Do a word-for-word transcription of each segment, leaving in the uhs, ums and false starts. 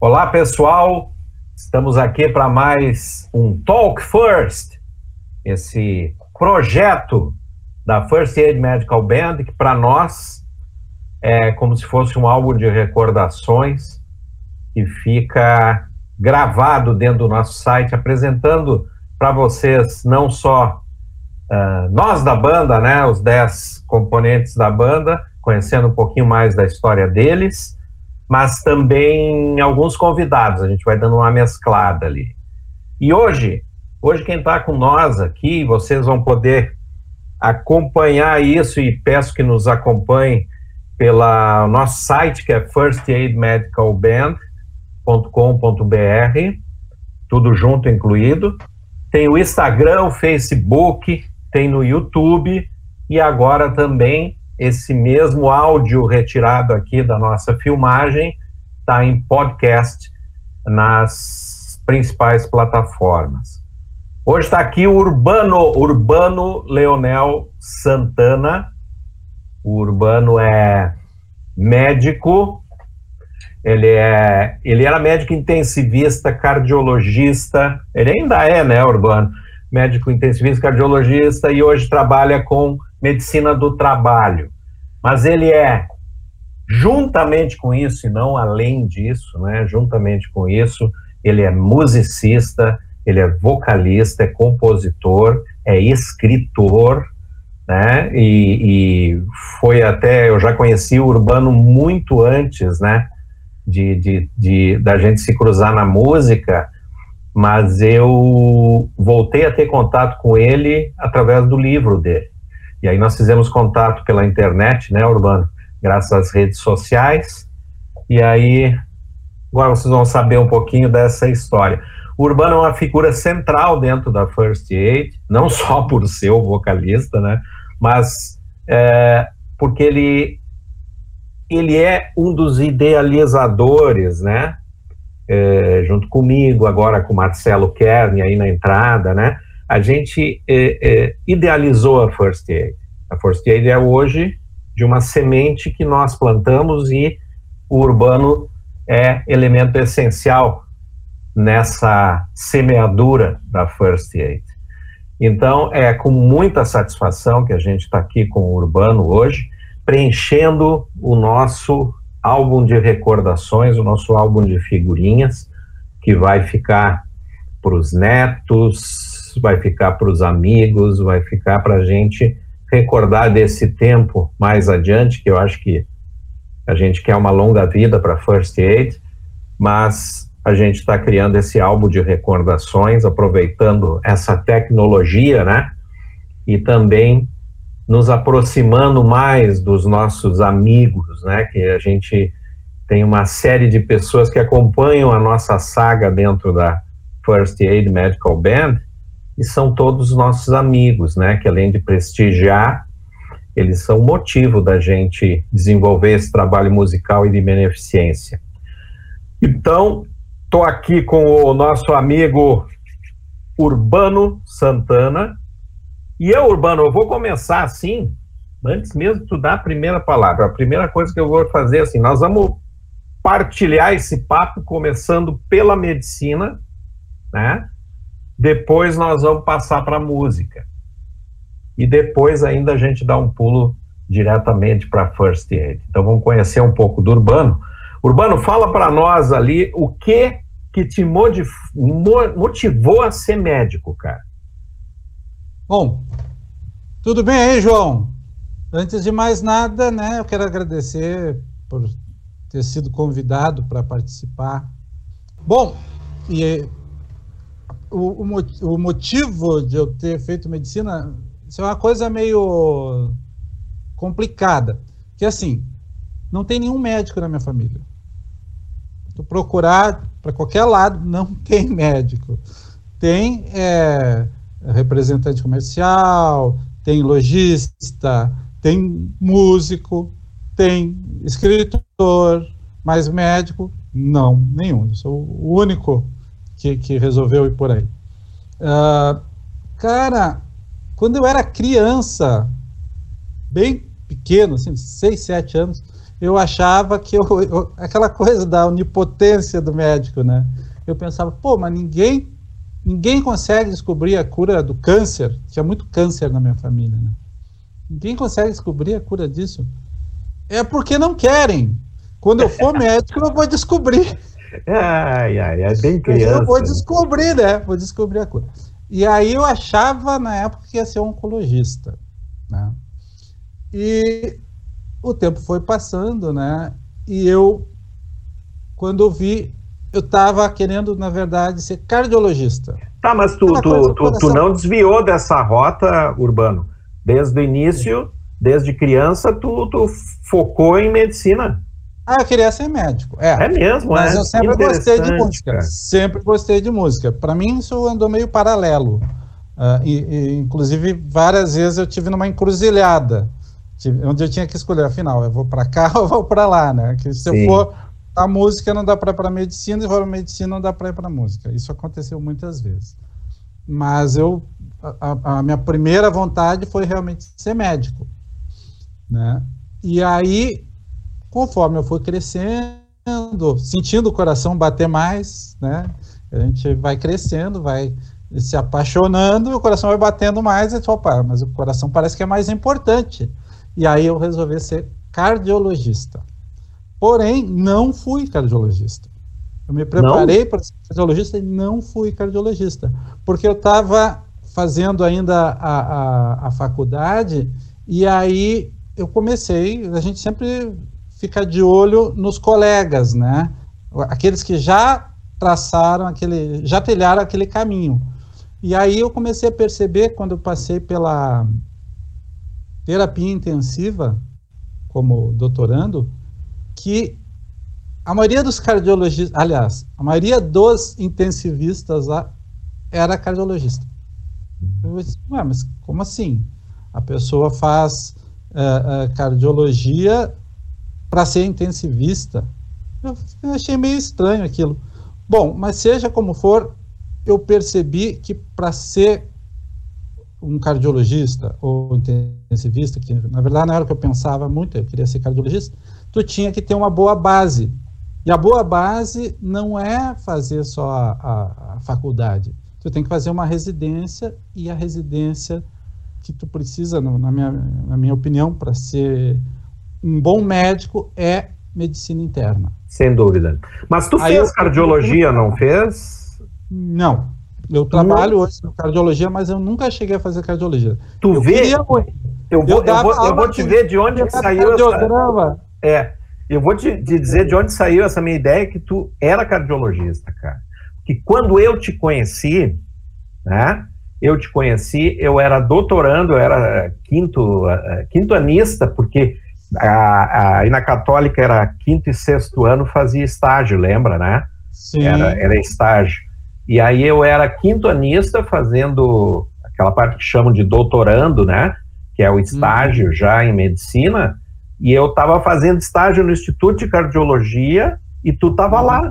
Olá, pessoal. Estamos aqui para mais um Talk First, esse projeto da First Aid Medical Band, que para nós é como se fosse um álbum de recordações que fica gravado dentro do nosso site, apresentando para vocês não só uh, nós da banda, né, os dez componentes da banda, conhecendo um pouquinho mais da história deles, mas também alguns convidados, a gente vai dando uma mesclada ali. E hoje, hoje quem está com nós aqui, vocês vão poder acompanhar isso, e peço que nos acompanhem pelo nosso site, que é first aid medical band ponto com ponto b r, tudo junto incluído. Tem o Instagram, o Facebook, tem no YouTube, e agora também esse mesmo áudio retirado aqui da nossa filmagem está em podcast nas principais plataformas. Hoje está aqui o Urbano, Urbano Leonel Santana. O Urbano é médico, ele, é, ele era médico intensivista, cardiologista, ele ainda é, né, Urbano? Médico intensivista, cardiologista, e hoje trabalha com medicina do trabalho. Mas ele é, juntamente com isso, e não além disso, né, juntamente com isso, ele é musicista, ele é vocalista, é compositor, é escritor, né, e, e foi até, eu já conheci o Urbano muito antes, né, de, de, de, da gente se cruzar na música, mas eu voltei a ter contato com ele através do livro dele. E aí nós fizemos contato pela internet, né, Urbano? Graças às redes sociais. E aí, agora vocês vão saber um pouquinho dessa história. O Urbano é uma figura central dentro da First Aid, não só por ser o vocalista, né, mas é, porque ele, ele é um dos idealizadores, né, é, junto comigo, agora com o Marcelo Kern aí na entrada, né, a gente é, é, idealizou a First Aid. A First Aid é hoje de uma semente que nós plantamos, e o Urbano é elemento essencial nessa semeadura da First Aid. Então, é com muita satisfação que a gente está aqui com o Urbano hoje, preenchendo o nosso álbum de recordações, o nosso álbum de figurinhas, que vai ficar para os netos, vai ficar para os amigos, vai ficar para a gente recordar desse tempo mais adiante, que eu acho que a gente quer uma longa vida para First Aid, mas a gente está criando esse álbum de recordações, aproveitando essa tecnologia, né, e também nos aproximando mais dos nossos amigos, né, que a gente tem uma série de pessoas que acompanham a nossa saga dentro da First Aid Medical Band, e são todos nossos amigos, né, que além de prestigiar, eles são o motivo da gente desenvolver esse trabalho musical e de beneficência. Então, estou aqui com o nosso amigo Urbano Santana, e eu, Urbano, eu vou começar assim, antes mesmo de tu dar a primeira palavra, a primeira coisa que eu vou fazer assim, nós vamos partilhar esse papo começando pela medicina, né? Depois nós vamos passar para a música. E depois ainda a gente dá um pulo diretamente para First Aid. Então vamos conhecer um pouco do Urbano. Urbano, fala para nós ali o que que te motivou a ser médico, cara. Bom, tudo bem aí, João? Antes de mais nada, né, eu quero agradecer por ter sido convidado para participar. Bom, e o, o, o motivo de eu ter feito medicina, isso é uma coisa meio complicada, que assim, não tem nenhum médico na minha família. Tu procurar para qualquer lado, não tem médico. Tem é, representante comercial, tem lojista, tem músico, tem escritor, mas médico, não, nenhum. Eu sou o único que, que resolveu ir por aí. Uh, cara, quando eu era criança, bem pequeno, assim, seis, sete anos, eu achava que eu, eu, aquela coisa da onipotência do médico, né? Eu pensava, pô, mas ninguém, ninguém consegue descobrir a cura do câncer. Tinha muito câncer na minha família, né? Ninguém consegue descobrir a cura disso. É porque não querem. Quando eu for médico, eu vou descobrir. Ai, ai, é bem criança. Eu vou descobrir, né? Vou descobrir a cura. E aí eu achava, na época, que ia ser oncologista, né? E o tempo foi passando, né? E eu, quando eu vi, eu estava querendo, na verdade, ser cardiologista. Tá, mas tu, tu, tu, tu não desviou dessa rota, Urbano? Desde o início, desde criança, tu, tu focou em medicina. Ah, eu queria ser médico. É, é mesmo, mas é? eu sempre gostei de música. Cara. Sempre gostei de música. Para mim, isso andou meio paralelo. Uh, e, e, inclusive, várias vezes eu tive numa encruzilhada, tive, onde eu tinha que escolher, afinal, eu vou para cá ou eu vou para lá, né? Que se Sim. eu for a música, não dá para ir para medicina, e se for para medicina, não dá para ir para música. Isso aconteceu muitas vezes. Mas eu, a, a minha primeira vontade foi realmente ser médico, né? E aí, conforme eu fui crescendo, sentindo o coração bater mais, né? A gente vai crescendo, vai se apaixonando, e o coração vai batendo mais, e opa, mas o coração parece que é mais importante. E aí eu resolvi ser cardiologista. Porém, não fui cardiologista. Eu me preparei para ser cardiologista e não fui cardiologista, porque eu estava fazendo ainda a, a, a faculdade, e aí eu comecei, a gente sempre fica de olho nos colegas, né? Aqueles que já traçaram aquele, já trilharam aquele caminho. E aí eu comecei a perceber, quando eu passei pela terapia intensiva, como doutorando, que a maioria dos cardiologistas, aliás, a maioria dos intensivistas lá era cardiologista. Eu disse, ué, mas como assim? A pessoa faz uh, uh, cardiologia para ser intensivista? Eu, eu achei meio estranho aquilo. Bom, mas seja como for, eu percebi que para ser um cardiologista ou intensivista, que na verdade na hora que eu pensava muito, eu queria ser cardiologista, tu tinha que ter uma boa base. E a boa base não é fazer só a, a, a faculdade. Tu tem que fazer uma residência, e a residência que tu precisa, no, na, minha, na minha opinião, para ser um bom médico é medicina interna. Sem dúvida. Mas tu Aí fez eu, cardiologia, eu, não fez? Não. Eu tu trabalho não... hoje com cardiologia, mas eu nunca cheguei a fazer cardiologia. Tu eu vê? Queria... Eu vou, eu vou, eu vou, eu vou te ver de onde que saiu essa... É, eu vou te, te dizer de onde saiu essa minha ideia, que tu era cardiologista, cara. Porque quando eu te conheci, né, eu te conheci, eu era doutorando, eu era quinto, uh, quinto anista, porque a, a, na Católica era quinto e sexto ano, fazia estágio, lembra, né? Sim. Era, era estágio. E aí eu era quinto anista, fazendo aquela parte que chamam de doutorando, né? Que é o estágio hum. já em medicina, e eu estava fazendo estágio no Instituto de Cardiologia, e tu estava hum. lá.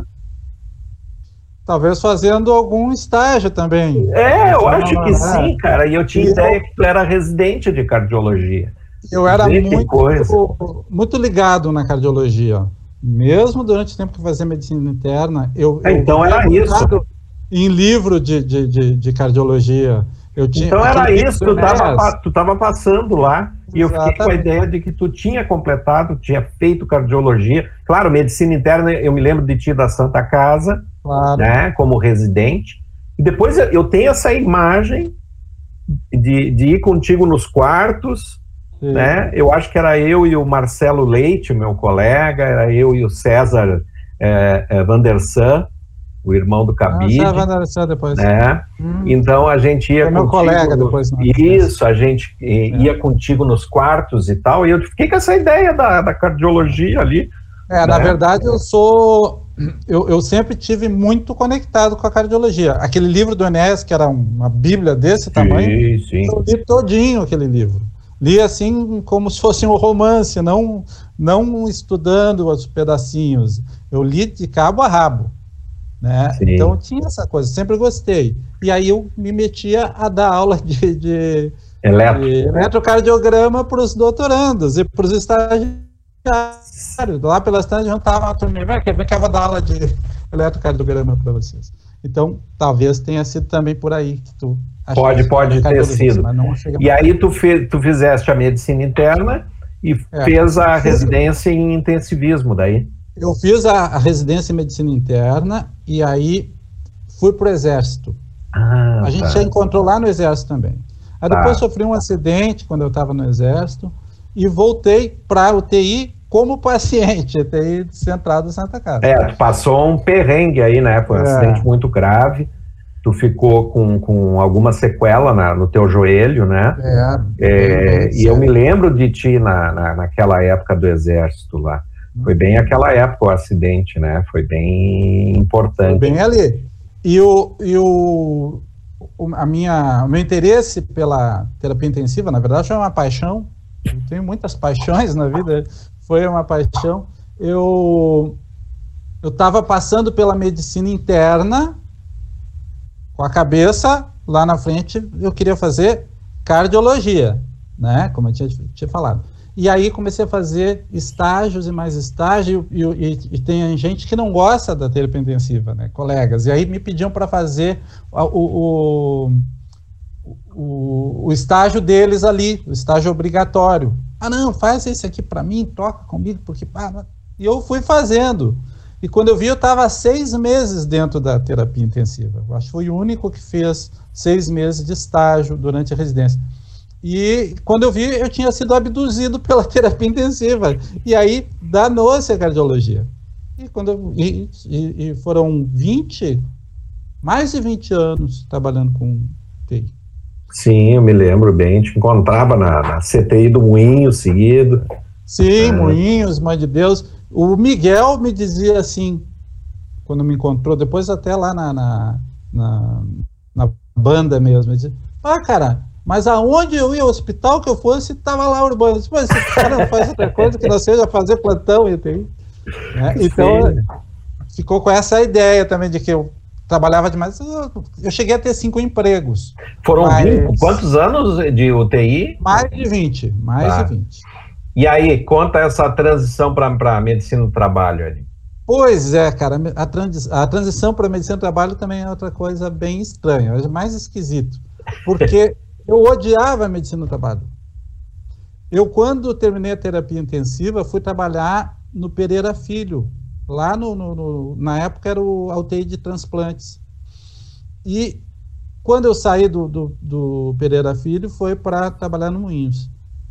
Talvez fazendo algum estágio também. É, eu acho que sim, cara. E eu tinha e ideia eu... que tu era residente de cardiologia. Eu era muito, muito ligado na cardiologia. Mesmo durante o tempo que fazia medicina interna, eu... É, então eu era isso. Em livro de, de, de, de cardiologia. Eu tinha, então era isso, tu estava tu tava passando lá, e eu fiquei com a ideia de que tu tinha completado, tinha feito cardiologia. Claro, medicina interna, eu me lembro de ti da Santa Casa, claro, né, como residente. E depois eu tenho essa imagem de, de ir contigo nos quartos, sim, né? Eu acho que era eu e o Marcelo Leite, meu colega, era eu e o César é, é, Vandersan, o irmão do Cabide, ah, depois. Né? Hum. Então a gente ia Foi meu contigo, colega depois. Não, isso, a gente ia é. contigo nos quartos e tal, e eu fiquei com essa ideia da, da cardiologia ali. É, né? Na verdade eu sou, eu, eu sempre tive muito conectado com a cardiologia. Aquele livro do Enéas, que era uma bíblia desse sim, tamanho, sim. eu li todinho aquele livro. Li assim como se fosse um romance, não, não estudando os pedacinhos. Eu li de cabo a rabo. Né? Então tinha essa coisa, sempre gostei. E aí eu me metia a dar aula de, de, Eletro. de eletrocardiograma para os doutorandos e para os estagiários. Lá pelas tantas, juntava uma turminha, que ficava dar aula de eletrocardiograma para vocês. Então, talvez tenha sido também por aí que tu... Pode, pode ter sido. E aí tu, fez, tu fizeste a medicina interna e é. fez a residência em intensivismo daí? Eu fiz a, a residência em medicina interna e aí fui pro exército. Ah, a gente tá. já encontrou lá no exército também. Aí tá. depois sofri um acidente quando eu estava no exército e voltei para o U T I como paciente, U T I centrado em Santa Casa. É, tu passou um perrengue aí, né? Foi um é. acidente muito grave. Tu ficou com, com alguma sequela na, no teu joelho, né? É. é e eu me lembro de ti na, na, naquela época do exército lá. Foi bem aquela época o acidente, né? Foi bem importante. Foi bem ali. E o, e o, o, a minha, o meu interesse pela terapia intensiva, na verdade, foi uma paixão. Eu tenho muitas paixões na vida. Foi uma paixão. Eu eu estava passando pela medicina interna, com a cabeça lá na frente, eu queria fazer cardiologia, né? Como eu tinha, tinha falado. E aí comecei a fazer estágios e mais estágios, e, e, e tem gente que não gosta da terapia intensiva, né? Colegas. E aí me pediam para fazer o, o, o, o estágio deles ali, o estágio obrigatório. Ah, não, faz esse aqui para mim, toca comigo, porque... Ah, e eu fui fazendo. E quando eu vi, eu estava seis meses dentro da terapia intensiva. Eu acho que fui o único que fez seis meses de estágio durante a residência. E quando eu vi, eu tinha sido abduzido pela terapia intensiva. E aí, danou-se a cardiologia. E, quando eu, e, e, e foram vinte, mais de vinte anos trabalhando com T I. Sim, eu me lembro bem. Te encontrava na, na C T I do Moinho seguido. Sim, é. Moinhos, Mãe de Deus. O Miguel me dizia assim, quando me encontrou, depois até lá na, na, na, na banda mesmo, ele dizia, ah, cara, mas aonde eu ia, o hospital que eu fosse, estava lá Urbano. Eu disse, mas esse cara não faz outra coisa que não seja fazer plantão. E tem, né? Então, ficou com essa ideia também de que eu trabalhava demais. Eu, eu cheguei a ter cinco empregos. Foram mas... vinte, quantos anos de U T I? Mais de vinte, mais tá. de vinte. E aí, conta essa transição para a medicina do trabalho ali. Pois é, cara, a, transi a transição para a medicina do trabalho também é outra coisa bem estranha, é mais esquisito, porque eu odiava a medicina do trabalho. Eu, quando terminei a terapia intensiva, fui trabalhar no Pereira Filho, lá no, no, no na época era o a U T I de transplantes. E quando eu saí do, do, do Pereira Filho, foi para trabalhar no Moinhos.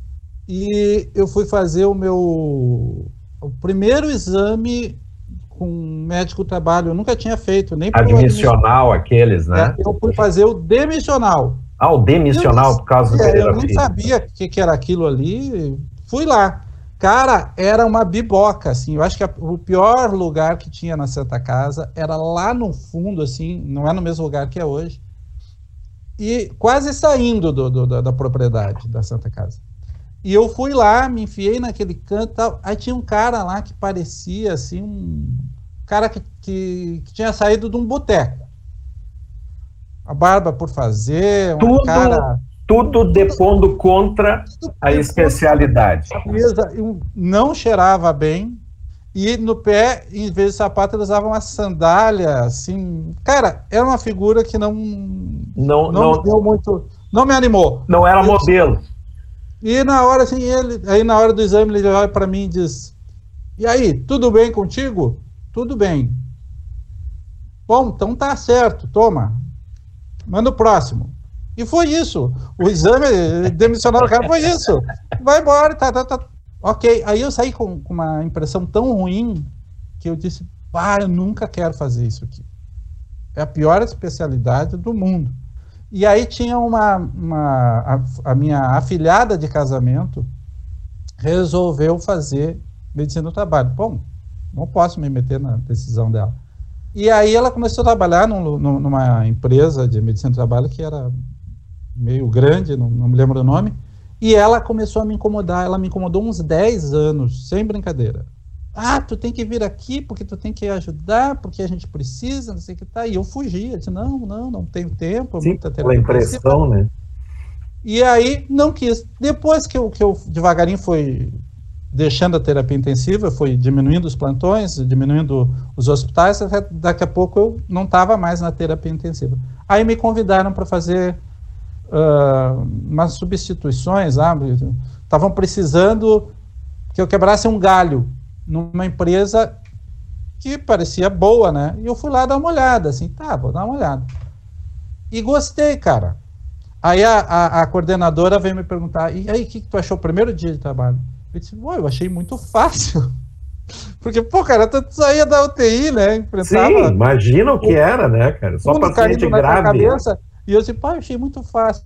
E eu fui fazer o meu o primeiro exame com médico do trabalho. Eu nunca tinha feito, nem admissional, aqueles, né? É, eu fui fazer o demissional. Ah, o demissional, eu, por causa do é, Eu nem sabia o que, que era aquilo ali. Fui lá. Cara, era uma biboca, assim. Eu acho que a, o pior lugar que tinha na Santa Casa era lá no fundo, assim, não é no mesmo lugar que é hoje. E quase saindo do, do, da, da propriedade da Santa Casa. E eu fui lá, me enfiei naquele canto e tal. Aí tinha um cara lá que parecia assim, um cara que, que, que tinha saído de um boteco. A barba por fazer, um tudo, cara... Tudo depondo contra tudo a especialidade. Contra a não cheirava bem. E no pé, em vez de sapato, ele usava uma sandália, assim... Cara, era uma figura que não... Não, não, não me deu muito... Não me animou. Não era eu, modelo. E na hora, assim, ele, aí na hora do exame, ele olha para mim e diz, e aí, tudo bem contigo? Tudo bem. Bom, então tá certo, toma. Manda o próximo. E foi isso. O exame demissionário do cara foi isso. Vai embora, tá, tá, tá. Ok. Aí eu saí com, com uma impressão tão ruim que eu disse, ah, eu nunca quero fazer isso aqui. É a pior especialidade do mundo. E aí tinha uma, uma a, a minha afilhada de casamento resolveu fazer medicina do trabalho. Bom, não posso me meter na decisão dela. E aí ela começou a trabalhar num, numa empresa de medicina do trabalho que era meio grande, não, não me lembro o nome, e ela começou a me incomodar, ela me incomodou uns dez anos, sem brincadeira. Ah, tu tem que vir aqui porque tu tem que ajudar, porque a gente precisa, não sei o que tá. E eu fugia, eu disse, não, não, não tenho tempo. Sim, pela impressão, né? E aí, não quis. Depois que eu, que eu devagarinho fui deixando a terapia intensiva, fui diminuindo os plantões, diminuindo os hospitais, até daqui a pouco eu não estava mais na terapia intensiva. Aí me convidaram para fazer uh, umas substituições, estavam precisando que eu quebrasse um galho numa empresa que parecia boa, né? E eu fui lá dar uma olhada, assim, tá, vou dar uma olhada. E gostei, cara. Aí a, a, a coordenadora veio me perguntar, e aí, o que, que tu achou o primeiro dia de trabalho? Eu disse, pô, eu achei muito fácil. Porque, pô, cara, tu saía da U T I, né? Enfrentava. Sim, imagina o que o, era, né, cara? Só paciente grave. Cabeça, e eu disse, pô, eu achei muito fácil.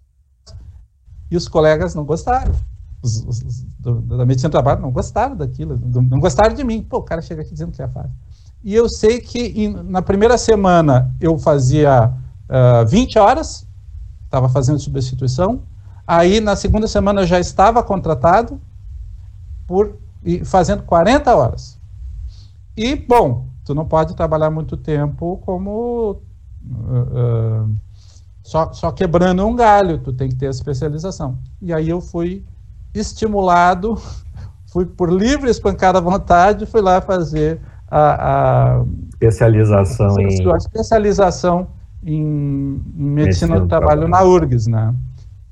E os colegas não gostaram. Os, os, os do, da medicina do trabalho não gostaram daquilo, do, não gostaram de mim. Pô, o cara chega aqui dizendo que é fácil. E eu sei que em, na primeira semana eu fazia uh, vinte horas, estava fazendo substituição. Aí na segunda semana eu já estava contratado por e fazendo quarenta horas. E, bom, tu não pode trabalhar muito tempo como uh, uh, só, só quebrando um galho, tu tem que ter a especialização. E aí eu fui estimulado, fui por livre espancada vontade, fui lá fazer a, a especialização a, em a especialização em, em medicina, medicina do trabalho, trabalho na U R G S, né?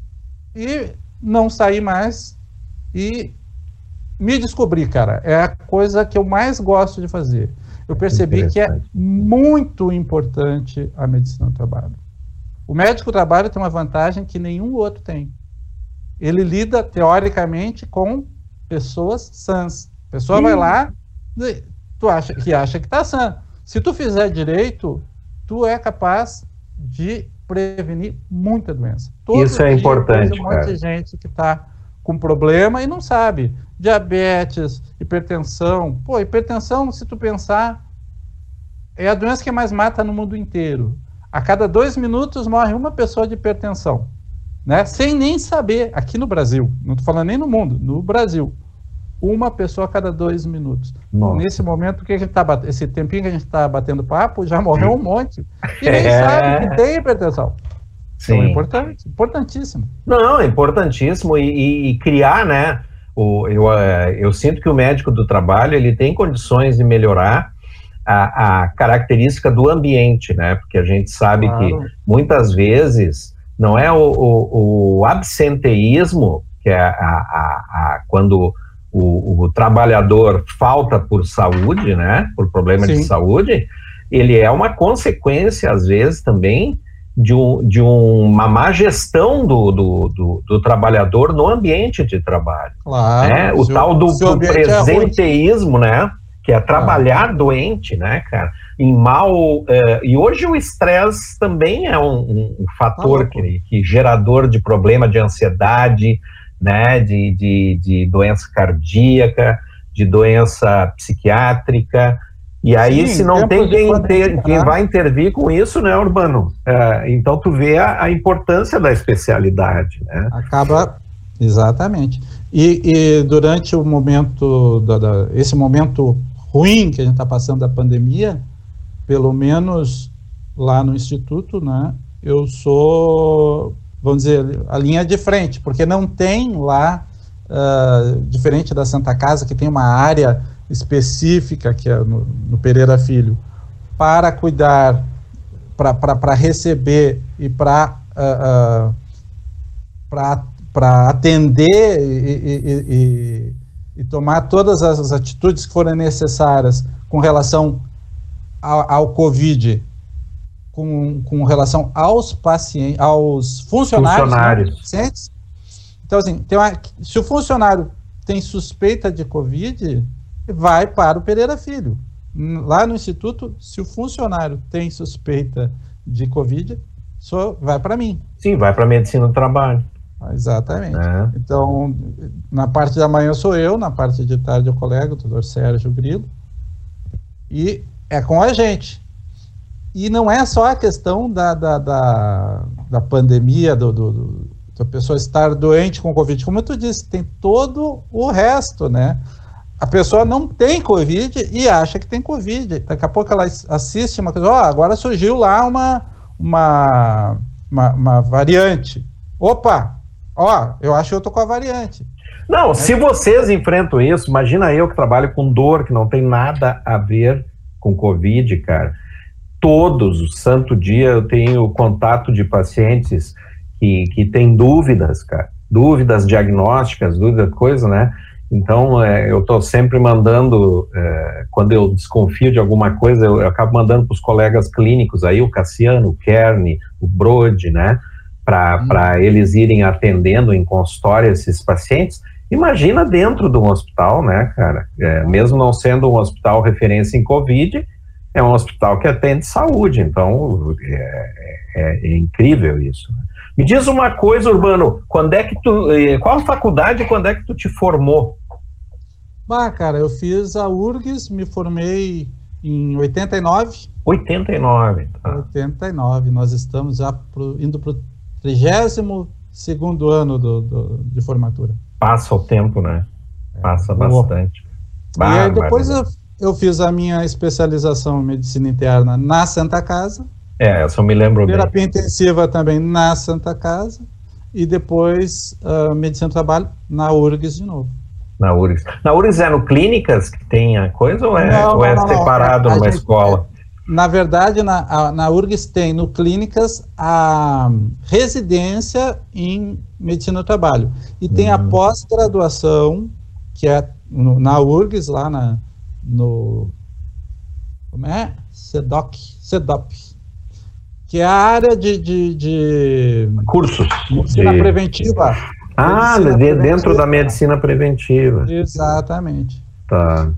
E não saí mais e me descobri, cara, é a coisa que eu mais gosto de fazer. Eu percebi que é muito importante a medicina do trabalho. O médico do trabalho tem uma vantagem que nenhum outro tem. Ele lida, teoricamente, com pessoas sãs. A pessoa Sim. vai lá, tu acha que acha que está sã. Se tu fizer direito, tu é capaz de prevenir muita doença. Todo Isso é importante, tem um monte de gente que está com problema e não sabe. Diabetes, hipertensão. Pô, hipertensão, se tu pensar, é a doença que mais mata no mundo inteiro. A cada dois minutos morre uma pessoa de hipertensão, né? Sem nem saber, aqui no Brasil, não estou falando nem no mundo, no Brasil, uma pessoa a cada dois minutos. Nossa. Nesse momento, que a gente tá bat... esse tempinho que a gente está batendo papo, já morreu um monte, e nem é... sabe que tem hipertensão. Sim. Então é importante, importantíssimo. Não, é importantíssimo, e, e, e criar, né, o, eu, eu sinto que o médico do trabalho, ele tem condições de melhorar a, a característica do ambiente, né, porque a gente sabe claro. que muitas vezes não é o, o, o absenteísmo, que é a, a, a, quando o, o trabalhador falta por saúde, né, por problema Sim. de saúde, ele é uma consequência, às vezes, também de, um, de uma má gestão do, do, do, do trabalhador no ambiente de trabalho. Claro. Né? O tal do, do presenteísmo, é né, que é trabalhar ah. doente, né, cara, em mal... Uh, e hoje o estresse também é um, um fator ah, que, que gerador de problema de ansiedade, né, de, de, de doença cardíaca, de doença psiquiátrica, e aí Sim, se não tem quem, ter, quem vai intervir com isso, né, Urbano? Uh, então tu vê a, a importância da especialidade, né? Acaba, exatamente. E, e durante o momento, da, da, esse momento ruim que a gente está passando da pandemia, pelo menos lá no Instituto, né, eu sou, vamos dizer, a linha de frente, porque não tem lá, uh, diferente da Santa Casa, que tem uma área específica, que é no, no Pereira Filho, para cuidar, para receber e para uh, uh, para atender e, e, e, e tomar todas as atitudes que forem necessárias com relação ao, ao Covid, com, com relação aos pacientes, aos funcionários, funcionários. Né, pacientes. Então, assim, tem uma, se o funcionário tem suspeita de Covid, vai para o Pereira Filho. Lá no Instituto, se o funcionário tem suspeita de Covid, só vai para mim. Sim, vai para a medicina do trabalho. Exatamente. É. Então, na parte da manhã sou eu, na parte de tarde é o colega, o doutor Sérgio Grilo, e é com a gente. E não é só a questão da, da, da, da pandemia, do, do, do, da pessoa estar doente com Covid, como tu disse, tem todo o resto, né? A pessoa não tem Covid e acha que tem Covid. Daqui a pouco ela assiste uma coisa, ó, oh, agora surgiu lá uma, uma, uma, uma variante. Opa, Ó, eu acho que eu tô com a variante. Não, se vocês enfrentam isso, imagina eu que trabalho com dor, que não tem nada a ver com Covid, cara. Todos, o santo dia, eu tenho contato de pacientes que, que têm dúvidas, cara. Dúvidas diagnósticas, dúvidas, coisa, né? Então, é, eu estou sempre mandando, é, quando eu desconfio de alguma coisa, eu, eu acabo mandando para os colegas clínicos aí, o Cassiano, o Kern, o Brode, né? Para hum. eles irem atendendo em consultório esses pacientes. Imagina dentro de um hospital, né, cara? É, mesmo não sendo um hospital referência em Covid, é um hospital que atende saúde, então é, é, é incrível isso. Me diz uma coisa, Urbano, quando é que tu, qual faculdade e quando é que tu te formou? Ah, cara, eu fiz a U R G S, me formei em oitenta e nove. oitenta e nove, tá. oitenta e nove, nós estamos já pro, indo para o trigésimo segundo ano do, do, de formatura. Passa o tempo, né? Passa é, bastante. E aí depois eu, eu fiz a minha especialização em medicina interna na Santa Casa. É, essa eu me lembro bem. Terapia intensiva também na Santa Casa. E depois uh, medicina do trabalho na U R G S de novo. Na U R G S. Na U R G S é no Clínicas que tem a coisa ou é, não, ou é não, separado não, numa gente, escola? Na verdade, na, a, na U R G S tem no Clínicas a residência em medicina do trabalho. E tem hum. a pós-graduação, que é no, na U R G S, lá na, no... Como é? CEDOC, CEDOP. Que é a área de... de, de cursos. Medicina de... preventiva. Ah, medicina de, dentro preventiva. Da medicina preventiva. Exatamente. Tá.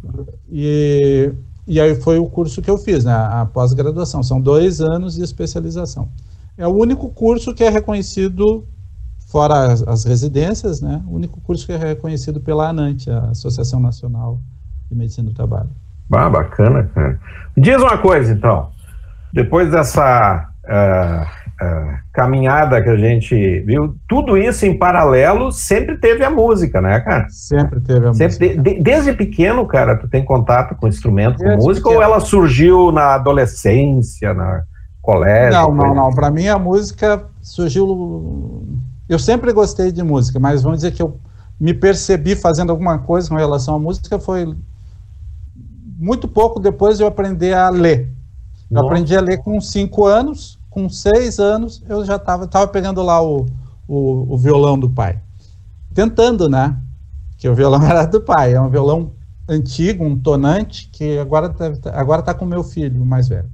E... E aí foi o curso que eu fiz, né, a pós-graduação. São dois anos de especialização. É o único curso que é reconhecido, fora as, as residências, né, o único curso que é reconhecido pela ANANT, a Associação Nacional de Medicina do Trabalho. Ah, bacana, cara. Me diz uma coisa, então. Depois dessa uh, uh, caminhada que a gente viu, tudo isso em paralelo, sempre teve a música, né, cara? Sempre teve a sempre música. De, desde pequeno, cara, tu tem contato com instrumento, desde com música, pequeno. Ou ela surgiu na adolescência, na colégio? Não, não, não. Para mim a música surgiu... Eu sempre gostei de música, mas vamos dizer que eu me percebi fazendo alguma coisa com relação à música foi muito pouco depois de eu aprender a ler. Eu Nossa. aprendi a ler com cinco anos, com seis anos, eu já estava tava pegando lá o, o, o violão do pai. Tentando, né? Que o violão era do pai, é um violão antigo, um tonante, que agora está agora tá com o meu filho, o mais velho.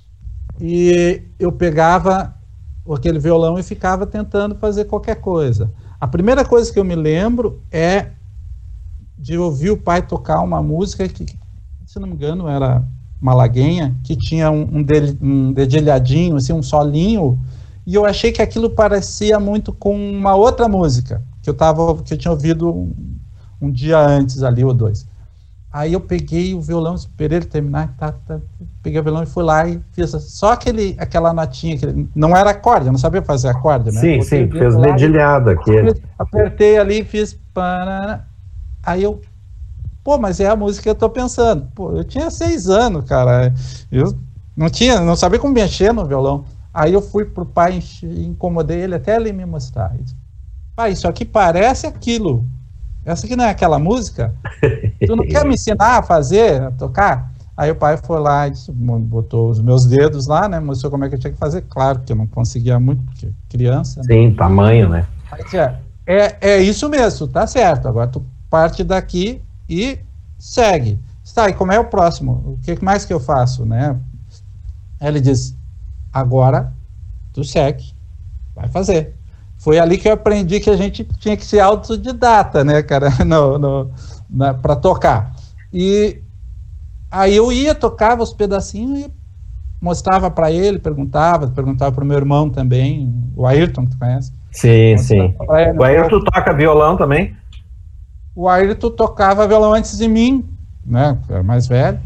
E eu pegava aquele violão e ficava tentando fazer qualquer coisa. A primeira coisa que eu me lembro é de ouvir o pai tocar uma música que, se não me engano, era... Malaguenha, que tinha um, um, de, um dedilhadinho, assim, um solinho, e eu achei que aquilo parecia muito com uma outra música, que eu, tava, que eu tinha ouvido um, um dia antes ali, ou dois. Aí eu peguei o violão, esperei ele terminar, tá, tá, peguei o violão e fui lá e fiz só aquele, aquela notinha, que não era acorde, eu não sabia fazer acorde, né? Sim, sim, fez dedilhado aqui. Apertei ali, fiz... Panana, aí eu... Pô, mas é a música que eu tô pensando. Pô, eu tinha seis anos, cara. Eu não tinha, não sabia como mexer no violão. Aí eu fui pro pai, incomodei ele até ele me mostrar. Ele disse, pai, isso aqui parece aquilo. Essa aqui não é aquela música? Tu não quer me ensinar a fazer, a tocar? Aí o pai foi lá e disse, botou os meus dedos lá, né? Mostrou como é que eu tinha que fazer. Claro que eu não conseguia muito, porque criança. Sim, né? Tamanho, né? Aí, é, é isso mesmo, tá certo. Agora tu parte daqui e segue. Tá, e como é o próximo? O que mais que eu faço, né? Ele diz, agora tu segue, vai fazer. Foi ali que eu aprendi que a gente tinha que ser autodidata, né, cara, no, no, para tocar. E aí eu ia, tocava os pedacinhos e mostrava para ele, perguntava, perguntava para o meu irmão também, o Ayrton, que tu conhece. Sim, sim. Ele, o Ayrton toca violão também? O Ayrton tocava violão antes de mim, né? Era mais velho.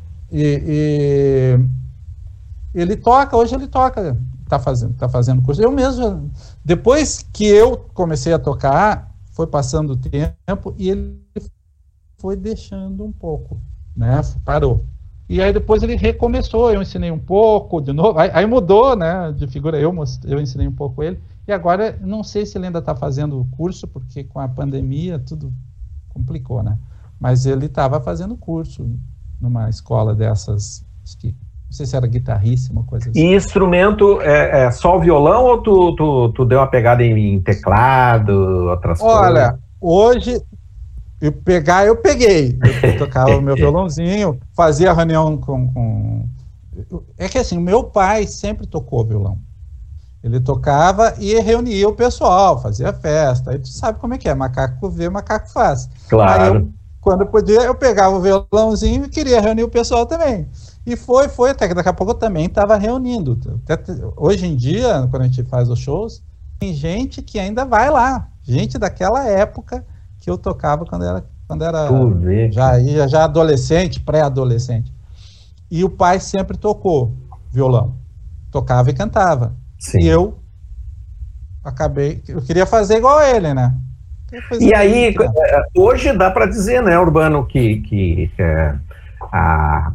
E, e ele toca, hoje ele toca, tá fazendo, tá fazendo curso. Eu mesmo, depois que eu comecei a tocar, foi passando o tempo e ele foi deixando um pouco, né? Parou. E aí depois ele recomeçou, eu ensinei um pouco de novo, aí, aí mudou, né? De figura, eu, eu ensinei um pouco ele, E agora, não sei se ele ainda está fazendo o curso, porque com a pandemia tudo complicou, né? Mas ele estava fazendo curso numa escola dessas, que, não sei se era guitarrista, uma coisa assim. E instrumento, é, é só o violão ou tu, tu, tu deu uma pegada em, em teclado, outras Olha, coisas? Olha, hoje, eu pegar, eu peguei. Eu tocava o meu violãozinho, fazia reunião com, com... É que assim, o meu pai sempre tocou violão. Ele tocava e reunia o pessoal, fazia festa. Aí tu sabe como é que é, macaco vê, macaco faz. Claro. Aí eu, quando eu podia, eu pegava o violãozinho e queria reunir o pessoal também. E foi, foi, até que daqui a pouco eu também estava reunindo. Até, hoje em dia, quando a gente faz os shows, tem gente que ainda vai lá. Gente daquela época que eu tocava quando era, quando era já, já, já adolescente, pré-adolescente. E o pai sempre tocou violão. Tocava e cantava. Sim. E eu acabei, eu queria fazer igual a ele, né? E aí, que, hoje dá para dizer, né, Urbano, que, que é, a,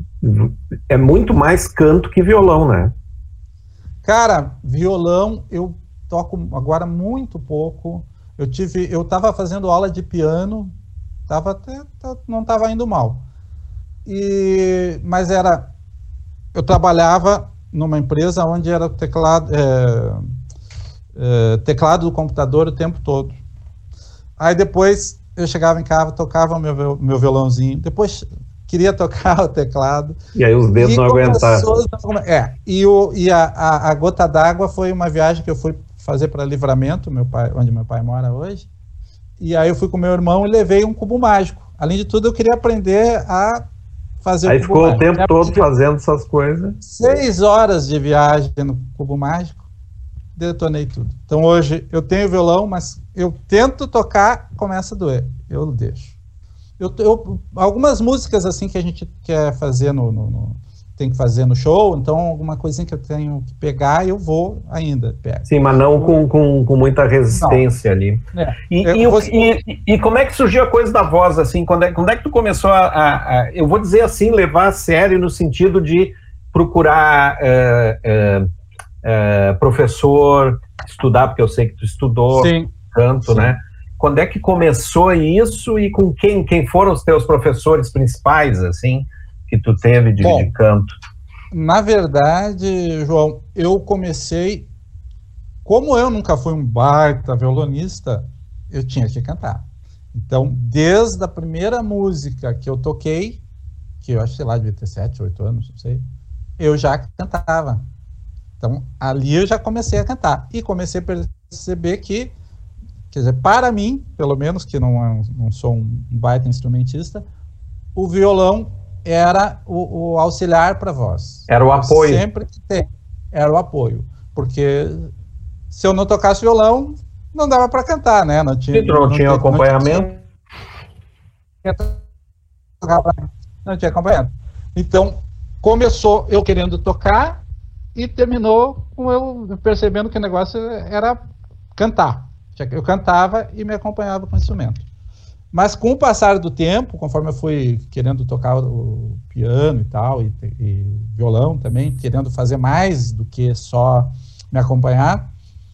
é muito mais canto que violão, né? Cara, violão eu toco agora muito pouco. Eu tive, eu estava fazendo aula de piano, tava até, não estava indo mal. E, mas era, eu trabalhava numa empresa onde era teclado, é, é, teclado do computador o tempo todo. Aí depois eu chegava em casa, tocava o meu, meu violãozinho, depois queria tocar o teclado. E aí os dedos não aguentaram. É, e, o, e a, a, a Gota d'Água foi uma viagem que eu fui fazer para Livramento, meu pai, onde meu pai mora hoje. E aí eu fui com meu irmão e levei um cubo mágico. Além de tudo, eu queria aprender a fazer aí o cubo ficou mágico. o tempo todo fazendo essas coisas. Seis horas de viagem no cubo mágico, detonei tudo. Então hoje eu tenho violão, mas eu tento tocar, começa a doer. Eu deixo. Eu, eu, algumas músicas assim que a gente quer fazer no, no, no tem que fazer no show, então alguma coisinha que eu tenho que pegar, eu vou ainda. Pego. Sim, mas não com, com, com muita resistência não. ali. É. E, e, vou... e, e como é que surgiu a coisa da voz, assim? Quando é, quando é que tu começou a, a, a, eu vou dizer assim, levar a sério no sentido de procurar uh, uh, uh, professor, estudar, porque eu sei que tu estudou Sim. canto, Sim. né? Quando é que começou isso e com quem, quem foram os teus professores principais, assim, que tu teve de, Bom, de canto? Na verdade, João, eu comecei, como eu nunca fui um baita violonista, eu tinha que cantar. Então, desde a primeira música que eu toquei, que eu acho, sei lá, devia ter sete, oito anos, não sei, eu já cantava. Então, ali eu já comecei a cantar. E comecei a perceber que, quer dizer, para mim, pelo menos, que não, não sou um baita instrumentista, o violão era o, o auxiliar para a voz. Era o apoio. Sempre tem. Era o apoio. Porque se eu não tocasse violão, não dava para cantar, né? Não tinha, não, não tinha acompanhamento. Não tinha, não tinha acompanhamento. Então, começou eu querendo tocar e terminou com eu percebendo que o negócio era cantar. Eu cantava e me acompanhava com o instrumento. Mas com o passar do tempo, conforme eu fui querendo tocar o piano e tal, e, e violão também, querendo fazer mais do que só me acompanhar,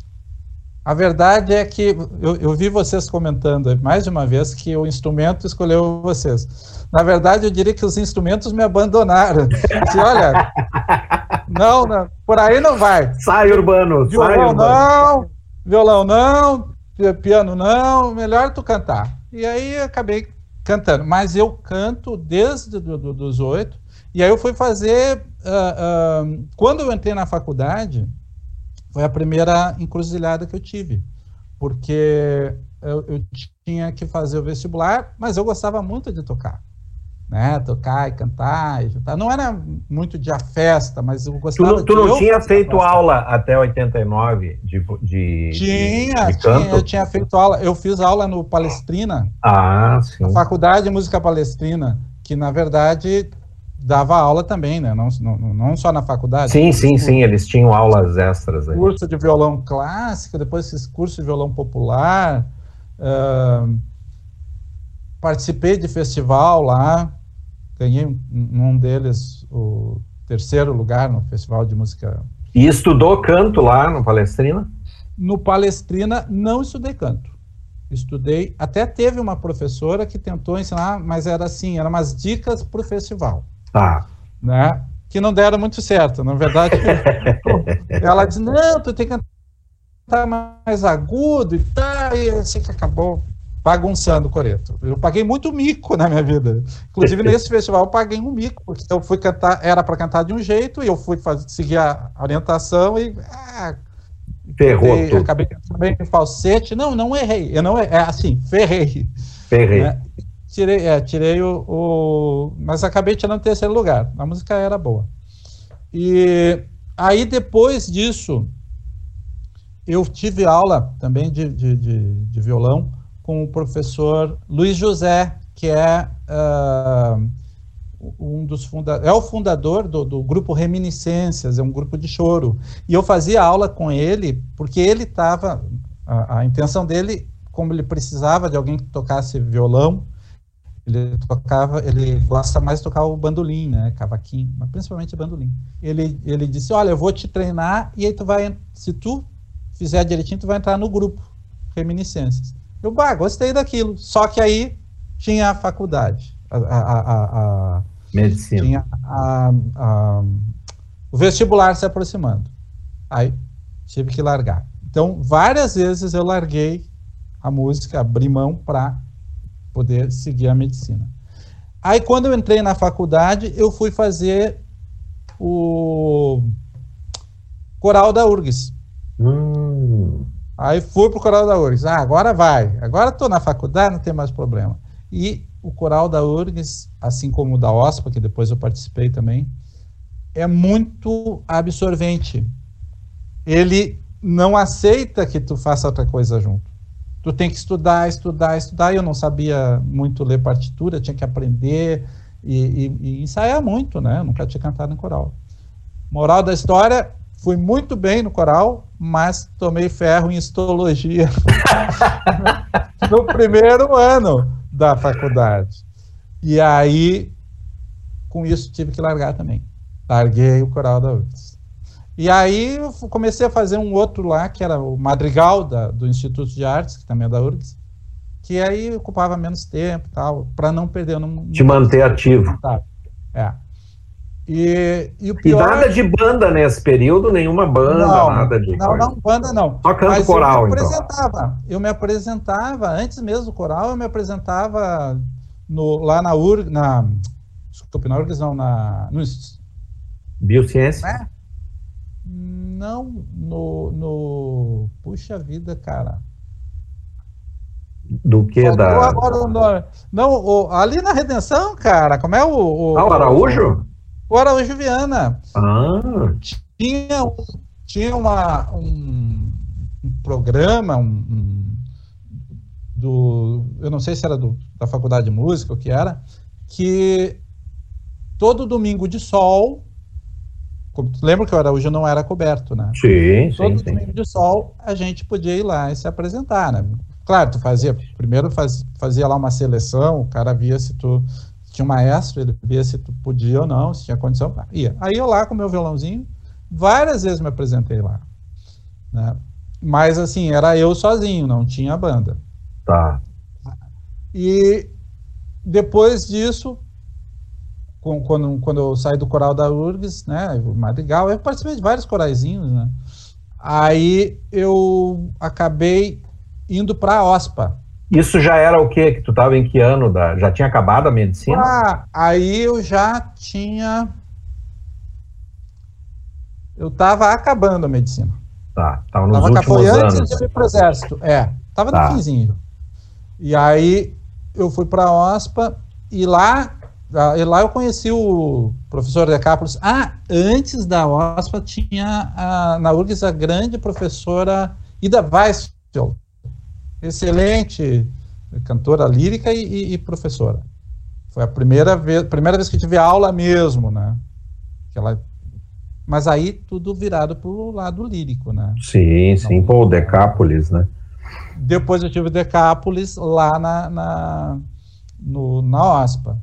a verdade é que eu, eu vi vocês comentando mais de uma vez que o instrumento escolheu vocês. Na verdade, eu diria que os instrumentos me abandonaram. Disse, olha, não, não, por aí não vai. Sai, Urbano, violão sai, Urbano. Não, violão não, piano não, melhor tu cantar. E aí eu acabei cantando, mas eu canto desde do, do, dos oito, e aí eu fui fazer, uh, uh, quando eu entrei na faculdade, foi a primeira encruzilhada que eu tive, porque eu, eu tinha que fazer o vestibular, mas eu gostava muito de tocar, né, tocar e cantar, e cantar. Não era muito de a festa, mas eu gostava tu, de... Tu não tinha feito aula até oitenta e nove de, de, tinha, de, de canto? Tinha, eu tinha feito aula, eu fiz aula no Palestrina, ah, sim. a Faculdade de Música Palestrina, que na verdade dava aula também, né, não, não, não só na faculdade. Sim, sim, curso, sim, eles tinham aulas extras. Aí. Curso de violão clássico, depois esses cursos de violão popular, uh, participei de festival lá, ganhei num deles o terceiro lugar no Festival de Música. E estudou canto lá no Palestrina? no Palestrina não estudei canto. Estudei, até teve uma professora que tentou ensinar, mas era assim, eram umas dicas para o festival. Tá. Né? Que não deram muito certo. Na verdade, ela disse, não, tu tem que cantar mais agudo e tal, e assim que acabou bagunçando o coreto. Eu paguei muito mico na minha vida. Inclusive, nesse festival, eu paguei um mico, porque eu fui cantar, era para cantar de um jeito, e eu fui fazer, seguir a orientação e... Ah, Ferrou eu, tudo. acabei também em falsete. Não, não errei. Eu não, é assim, ferrei. Ferrei. Né? Tirei, é, tirei o, o... Mas acabei tirando o terceiro lugar. A música era boa. E aí, depois disso, eu tive aula também de, de, de, de violão com o professor Luiz José, que é uh, um dos funda é o fundador do, do grupo Reminiscências, é um grupo de choro. E eu fazia aula com ele, porque ele estava... A, a intenção dele, como ele precisava de alguém que tocasse violão, ele tocava, ele gosta mais de tocar o bandolim, né, cavaquinho, mas principalmente bandolim. Ele, ele disse, olha, eu vou te treinar e aí tu vai, se tu fizer direitinho, tu vai entrar no grupo Reminiscências. Eu, bah, gostei daquilo, só que aí tinha a faculdade, a, a, a, a medicina. Tinha a, a, o vestibular se aproximando. Aí tive que largar. Então, várias vezes eu larguei a música, abri mão para poder seguir a medicina. Aí, quando eu entrei na faculdade, eu fui fazer o coral da U R G S. Hum. Aí fui pro coral da U R G S. Ah, agora vai. Agora estou na faculdade, não tem mais problema. E o coral da U R G S, assim como o da OSPA, que depois eu participei também, é muito absorvente. Ele não aceita que tu faça outra coisa junto. Tu tem que estudar, estudar, estudar. Eu não sabia muito ler partitura, tinha que aprender e, e, e ensaiar muito, né? Eu nunca tinha cantado em coral. Moral da história, fui muito bem no coral, mas tomei ferro em histologia no primeiro ano da faculdade. E aí, com isso, tive que largar também. Larguei o coral da U R G S. E aí, eu comecei a fazer um outro lá, que era o Madrigal da, do Instituto de Artes, que também é da U R G S, que aí ocupava menos tempo e tal, para não perder. Não, Te manter ativo. É. E, e o pior... E nada de banda nesse período, nenhuma banda, não, nada de Não, coisa. não, banda não. Só canto Mas coral, eu me então. apresentava, eu me apresentava, antes mesmo do coral, eu me apresentava no, lá na U R G S, na, desculpa, na U R G S não, na... No, Biociência? né? Não, no, no... Puxa vida, cara. Do que Faltou da... agora o nome. Não, o, ali na Redenção, cara, como é o... o ah, o Araújo? O, o Araújo Viana. Ah. Tinha, tinha uma, um, um programa, um, um, do, eu não sei se era do, da Faculdade de Música, o que era, que todo domingo de sol, lembra que o Araújo não era coberto, né? Sim, todo sim, domingo sim. de sol a gente podia ir lá e se apresentar, né? Claro, tu fazia, primeiro faz, fazia lá uma seleção, o cara via se tu tinha um maestro, ele via se tu podia ou não, se tinha condição, ia. Aí eu lá com meu violãozinho, várias vezes me apresentei lá, né? Mas assim, era eu sozinho, não tinha banda. Tá. E depois disso, com, quando, quando eu saí do coral da U R G S, né, Madrigal, eu participei de vários coraizinhos, né? Aí eu acabei indo para a OSPA. Isso já era o quê? Que tu estava em que ano? Da... Já tinha acabado a medicina? Ah, aí eu já tinha... Eu estava acabando a medicina. Tá, estava nos tava últimos foi anos. Antes de ir para o exército, é. Estava Tá. no finzinho. E aí eu fui para a OSPA e lá, e lá eu conheci o professor Decápolis. Ah, antes da OSPA tinha a, na U R G S a grande professora Ida Weissfeld, excelente cantora lírica e, e, e professora. Foi a primeira vez, primeira vez que tive aula mesmo, né? Que ela... Mas aí tudo virado para o lado lírico, né? Sim, sim, pô, o Decápolis, né? Depois eu tive o Decápolis lá na, na, no, na OSPA.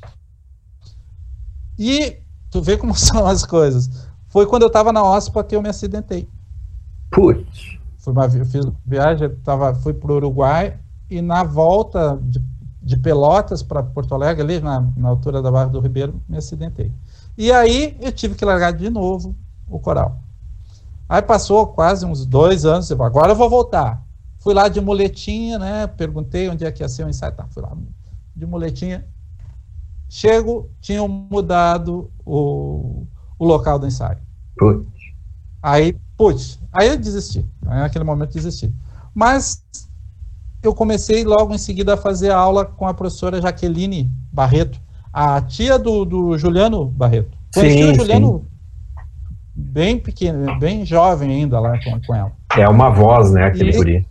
E tu vê como são as coisas. Foi quando eu estava na OSPA que eu me acidentei. Putz. Fui uma, eu fiz uma viagem, eu tava, fui para o Uruguai, e na volta de, de Pelotas para Porto Alegre, ali na, na altura da Barra do Ribeiro, me acidentei. E aí eu tive que largar de novo o coral. Aí passou quase uns dois anos, eu, agora eu vou voltar. Fui lá de muletinha, né? Perguntei onde é que ia ser o ensaio. Tá, fui lá de muletinha. Chego, tinham mudado o, o local do ensaio. Putz. Aí, putz, aí eu desisti. Aí, naquele momento desisti. Mas eu comecei logo em seguida a fazer aula com a professora Jaqueline Barreto, a tia do, do Juliano Barreto. Conheci sim, o Juliano sim. bem pequeno, bem jovem ainda lá com, com ela. É uma voz, né, aquele guri.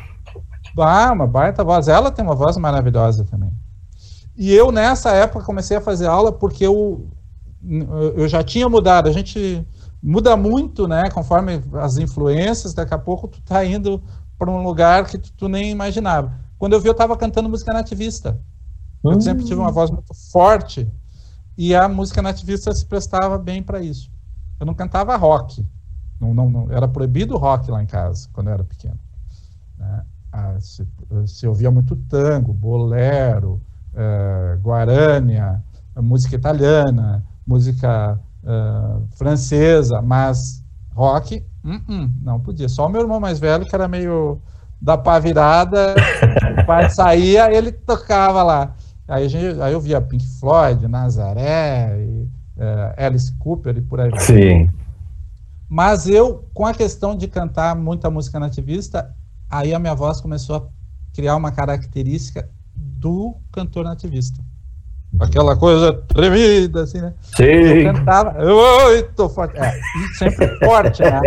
Ah, uma baita voz. Ela tem uma voz maravilhosa também. E eu, nessa época, comecei a fazer aula porque eu, eu já tinha mudado. A gente muda muito, né? Conforme as influências, daqui a pouco tu tá indo para um lugar que tu, tu nem imaginava. Quando eu vi, eu estava cantando música nativista. Eu hum. sempre tive uma voz muito forte e a música nativista se prestava bem para isso. Eu não cantava rock. Não, não, não, era proibido o rock lá em casa, quando eu era pequeno. Né? Ah, se, se ouvia muito tango, bolero, uh, guarânia, música italiana, música uh, francesa, mas rock, uh -uh, não podia. Só o meu irmão mais velho, que era meio da pá virada, o pai saía, ele tocava lá. Aí, a gente, aí eu via Pink Floyd, Nazaré, e, uh, Alice Cooper e por aí vai. Sim. Mas eu, com a questão de cantar muita música nativista, aí a minha voz começou a criar uma característica do cantor nativista. Aquela coisa tremida, assim, né? Sim. Eu cantava, oi, tô forte. É, sempre forte, né?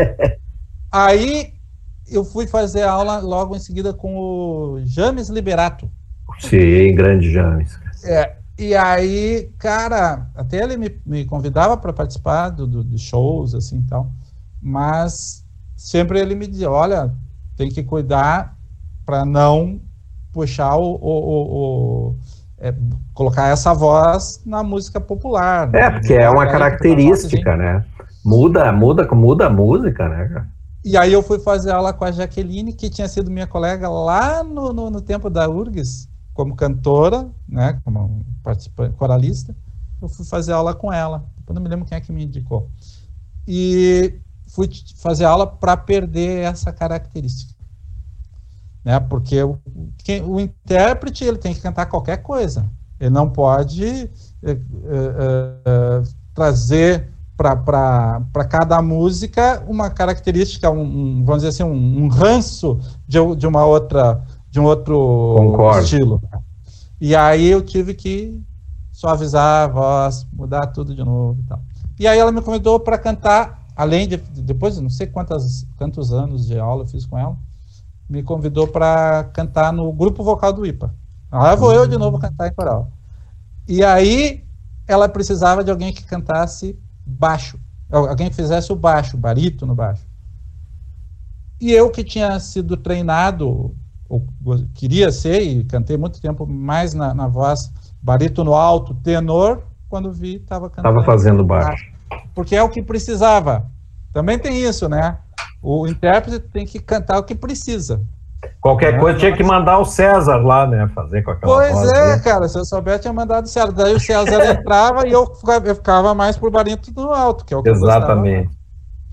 Aí eu fui fazer aula logo em seguida com o James Liberato. Sim, grande James. É, e aí, cara, até ele me, me convidava para participar do, do, de shows, assim, e tal. Mas sempre ele me dizia, olha, tem que cuidar para não puxar o, o, o, o é, colocar essa voz na música popular. É, porque é uma característica, né? Muda, muda, muda a música, né? E aí eu fui fazer aula com a Jaqueline, que tinha sido minha colega lá no, no, no tempo da U R G S, como cantora, né? Como participante, coralista. Eu fui fazer aula com ela. Eu não me lembro quem é que me indicou. E fui fazer aula para perder essa característica. Né? Porque o, quem, o intérprete ele tem que cantar qualquer coisa. Ele não pode é, é, é, trazer para cada música uma característica, um, um, vamos dizer assim, um, um ranço de, de uma outra, de um outro Concordo. estilo. E aí eu tive que suavizar a voz, mudar tudo de novo e tal. E aí ela me convidou para cantar, além de, depois de não sei quantas, quantos anos de aula eu fiz com ela, me convidou para cantar no grupo vocal do I P A. Lá vou eu de novo cantar em coral. E aí ela precisava de alguém que cantasse baixo, alguém que fizesse o baixo, barítono baixo. E eu que tinha sido treinado, ou queria ser, e cantei muito tempo mais na, na voz barítono alto, tenor, quando vi, estava cantando. Estava fazendo baixo. Porque é o que precisava. Também tem isso, né? O intérprete tem que cantar o que precisa. Qualquer coisa tinha que mandar o César lá, né? Fazer com aquela Pois voz, é, né? cara, se eu souber, tinha mandado o César. Daí o César entrava e eu, eu ficava mais por barítono alto, que é o que Exatamente. eu gostava.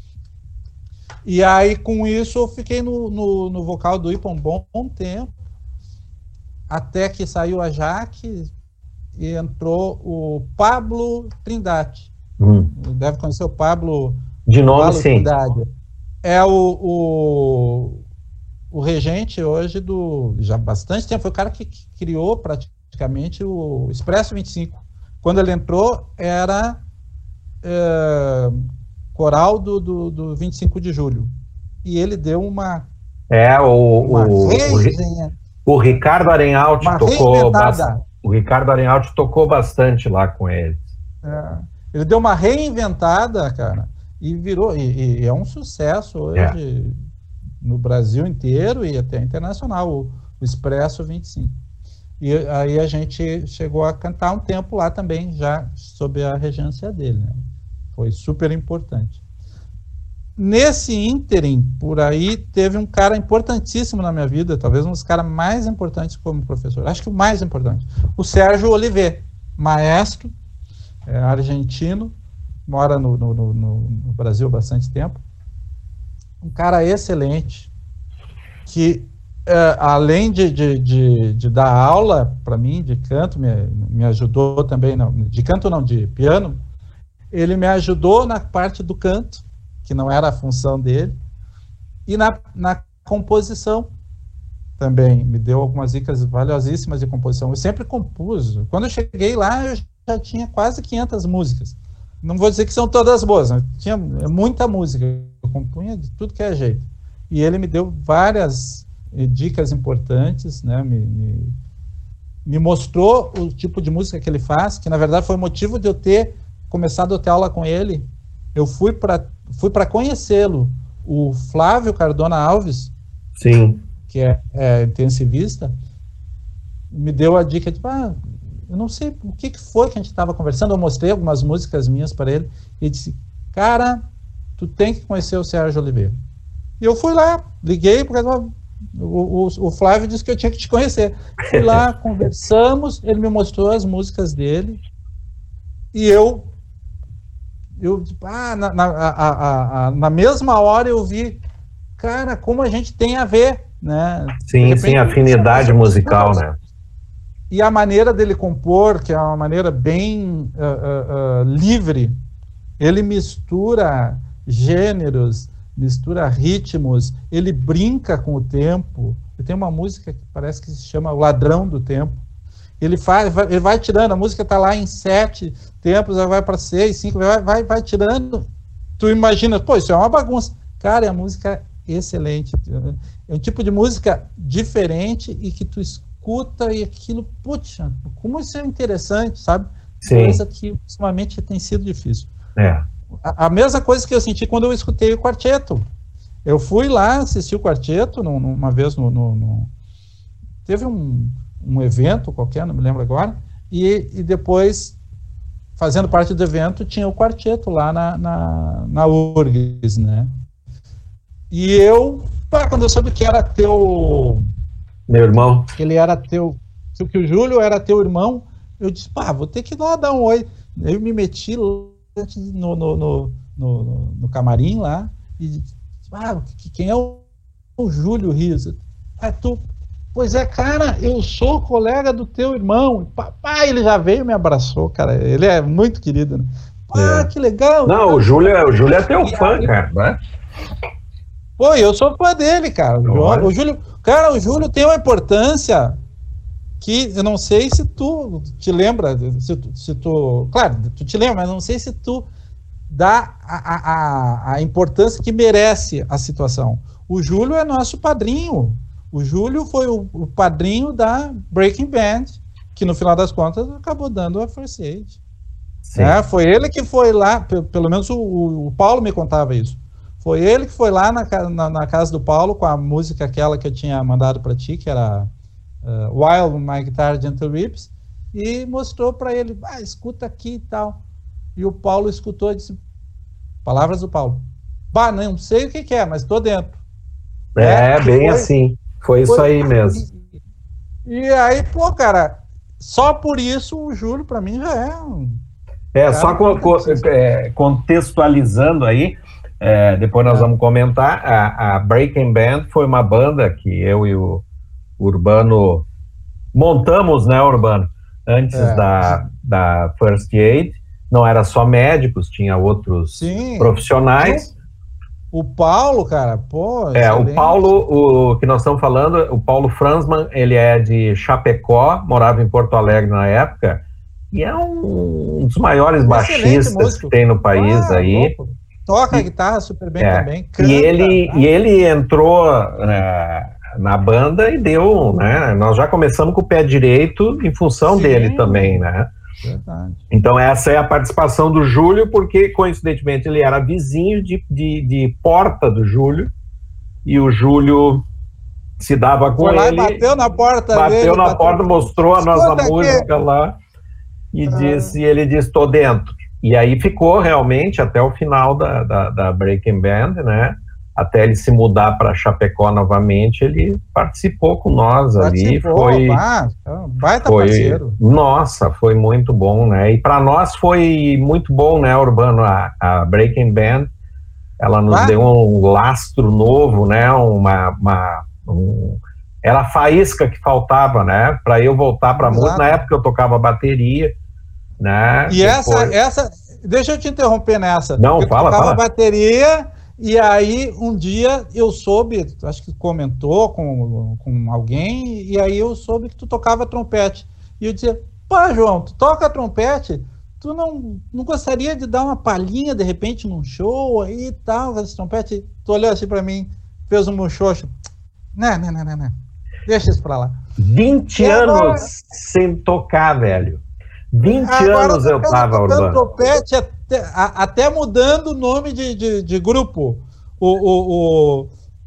E aí, com isso, eu fiquei no, no, no vocal do I P A um bom, bom tempo, até que saiu a Jaque e entrou o Pablo Trindade. Hum. Deve conhecer o Pablo. De nome, Pablo sim. Trindade. É o, o, o regente hoje do... Já há bastante tempo. Foi o cara que, que criou praticamente o Expresso vinte e cinco. Quando ele entrou, era é, coral do, do, do vinte e cinco de julho. E ele deu uma... É, o... Uma o, resenha, o, o Ricardo Arenhalt tocou... Bastante, o Ricardo Arenhalt tocou bastante lá com ele. É, ele deu uma reinventada, cara, e virou, e, e é um sucesso hoje é. no Brasil inteiro e até internacional, o, o Expresso vinte e cinco. E aí a gente chegou a cantar um tempo lá também, já sob a regência dele, né? Foi super importante. nesse ínterim, por aí, teve um cara importantíssimo na minha vida, talvez um dos caras mais importantes como professor, acho que o mais importante, o Sérgio Olivet, maestro, é, argentino, mora no, no, no, no Brasil há bastante tempo, um cara excelente, que é, além de, de, de, de dar aula para mim de canto, me, me ajudou também, não, de canto não, de piano, ele me ajudou na parte do canto, que não era a função dele, e na, na composição também, me deu algumas dicas valiosíssimas de composição. Eu sempre compus, quando eu cheguei lá, eu já tinha quase quinhentas músicas, não vou dizer que são todas boas, mas tinha muita música, eu compunha de tudo que é jeito, e ele me deu várias dicas importantes, né, me, me, me mostrou o tipo de música que ele faz, que na verdade foi o motivo de eu ter começado a ter aula com ele. Eu fui para fui para conhecê-lo, o Flávio Cardona Alves, sim, que é, é intensivista, me deu a dica de, ah, eu não sei o que, que foi que a gente estava conversando, eu mostrei algumas músicas minhas para ele, e disse, cara, tu tem que conhecer o Sérgio Oliveira. E eu fui lá, liguei, porque o, o, o Flávio disse que eu tinha que te conhecer. Fui lá, conversamos, ele me mostrou as músicas dele, e eu eu ah, na, na, a, a, a, na mesma hora eu vi, cara, como a gente tem a ver, né? Sim, repente, sim, afinidade musical, né? E a maneira dele compor, que é uma maneira bem uh, uh, uh, livre, ele mistura gêneros, mistura ritmos, ele brinca com o tempo. Tem uma música que parece que se chama O Ladrão do Tempo. Ele, faz, vai, ele vai tirando, a música está lá em sete tempos, vai para seis, cinco, vai, vai, vai tirando. Tu imagina, pô, isso é uma bagunça. Cara, é a música excelente. É um tipo de música diferente e que tu escuta e aquilo, putz, como isso é interessante, sabe? Sim. Coisa que ultimamente tem sido difícil. É. A, a mesma coisa que eu senti quando eu escutei o quarteto. Eu fui lá assistir o quarteto num, uma vez no, no, no... Teve um, um evento qualquer, não me lembro agora, e, e depois, fazendo parte do evento, tinha o quarteto lá na, na, na U R G S, né? E eu, pá, quando eu soube que era teu... Meu irmão. Que ele era teu... Que o Júlio era teu irmão, eu disse, pá, vou ter que ir lá dar um oi. Eu me meti no, no, no, no, no camarim lá, e disse, ah, quem é o, o Júlio Rios? É tu... Pois é, cara, eu sou colega do teu irmão. Papai, ele já veio e me abraçou, cara. Ele é muito querido, né? Ah, é. Que legal. Não, cara. o Júlio, o Júlio é teu fã, cara, né? Pô, eu sou fã dele, cara. O, o Júlio, cara, o Júlio tem uma importância que eu não sei se tu te lembra, se tu, se tu claro, tu te lembra, mas não sei se tu dá a, a, a importância que merece a situação. O Júlio é nosso padrinho. O Júlio foi o, o padrinho da Breaking Band, que no final das contas acabou dando a First Aid. É, foi ele que foi lá, pelo menos o, o Paulo me contava isso. Foi ele que foi lá na, na, na casa do Paulo com a música aquela que eu tinha mandado para ti, que era uh, While My Guitar Gentle Weeps, e mostrou para ele, ah, escuta aqui e tal. E o Paulo escutou e disse, palavras do Paulo, bah, não sei o que, que é, mas tô dentro. É, é bem foi, assim. Foi, foi isso aí mesmo. E, e aí, pô, cara, só por isso o Júlio, para mim, já é um... É, só co co é, contextualizando aí, é, depois nós é. vamos comentar, a, a Breaking Band foi uma banda que eu e o Urbano montamos, né, Urbano, antes é. da, da First Aid. Não era só médicos, tinha outros Sim. profissionais. O Paulo, cara, pô... É, excelente. O Paulo, o que nós estamos falando, o Paulo Franzmann, ele é de Chapecó, morava em Porto Alegre na época, e é um, um dos maiores baixistas músico. que tem no país ah, aí. Louco. Toca e, guitarra super bem é, também. Canta, e, ele, tá? e ele entrou é, na banda e deu, né? Nós já começamos com o pé direito em função Sim. dele também, né? Verdade. Então essa é a participação do Júlio, porque coincidentemente ele era vizinho de, de, de porta do Júlio, e o Júlio se dava com Foi lá ele, e bateu na porta bateu dele, na bateu porta, mostrou a nossa aqui. música lá e ah. disse, ele disse, tô dentro. e aí ficou realmente até o final da, da, da Breaking Band, né? Até ele se mudar para Chapecó novamente, ele participou com nós ali. Foi, ah, baita foi, parceiro. Nossa, foi muito bom, né? E para nós foi muito bom, né, Urbano? A, a Breaking Band, ela nos ah. deu um lastro novo, né? Uma, uma, um, era a faísca que faltava, né? Para eu voltar para música. Na época eu tocava bateria, né? E Depois... essa, essa, deixa eu te interromper nessa. Não, eu fala, tocava fala. bateria. E aí, um dia, eu soube, acho que comentou com, com alguém, e aí eu soube que tu tocava trompete. E eu dizia, pá, João, tu toca trompete? Tu não, não gostaria de dar uma palhinha, de repente, num show aí e tal, esse trompete? Tu olhou assim pra mim, fez um muxoxo. Não, não, não, não, não. Deixa isso pra lá. vinte anos sem tocar, velho. vinte anos eu tava, Urbano. Trompete, até, a, até mudando o nome de, de, de grupo. O, o,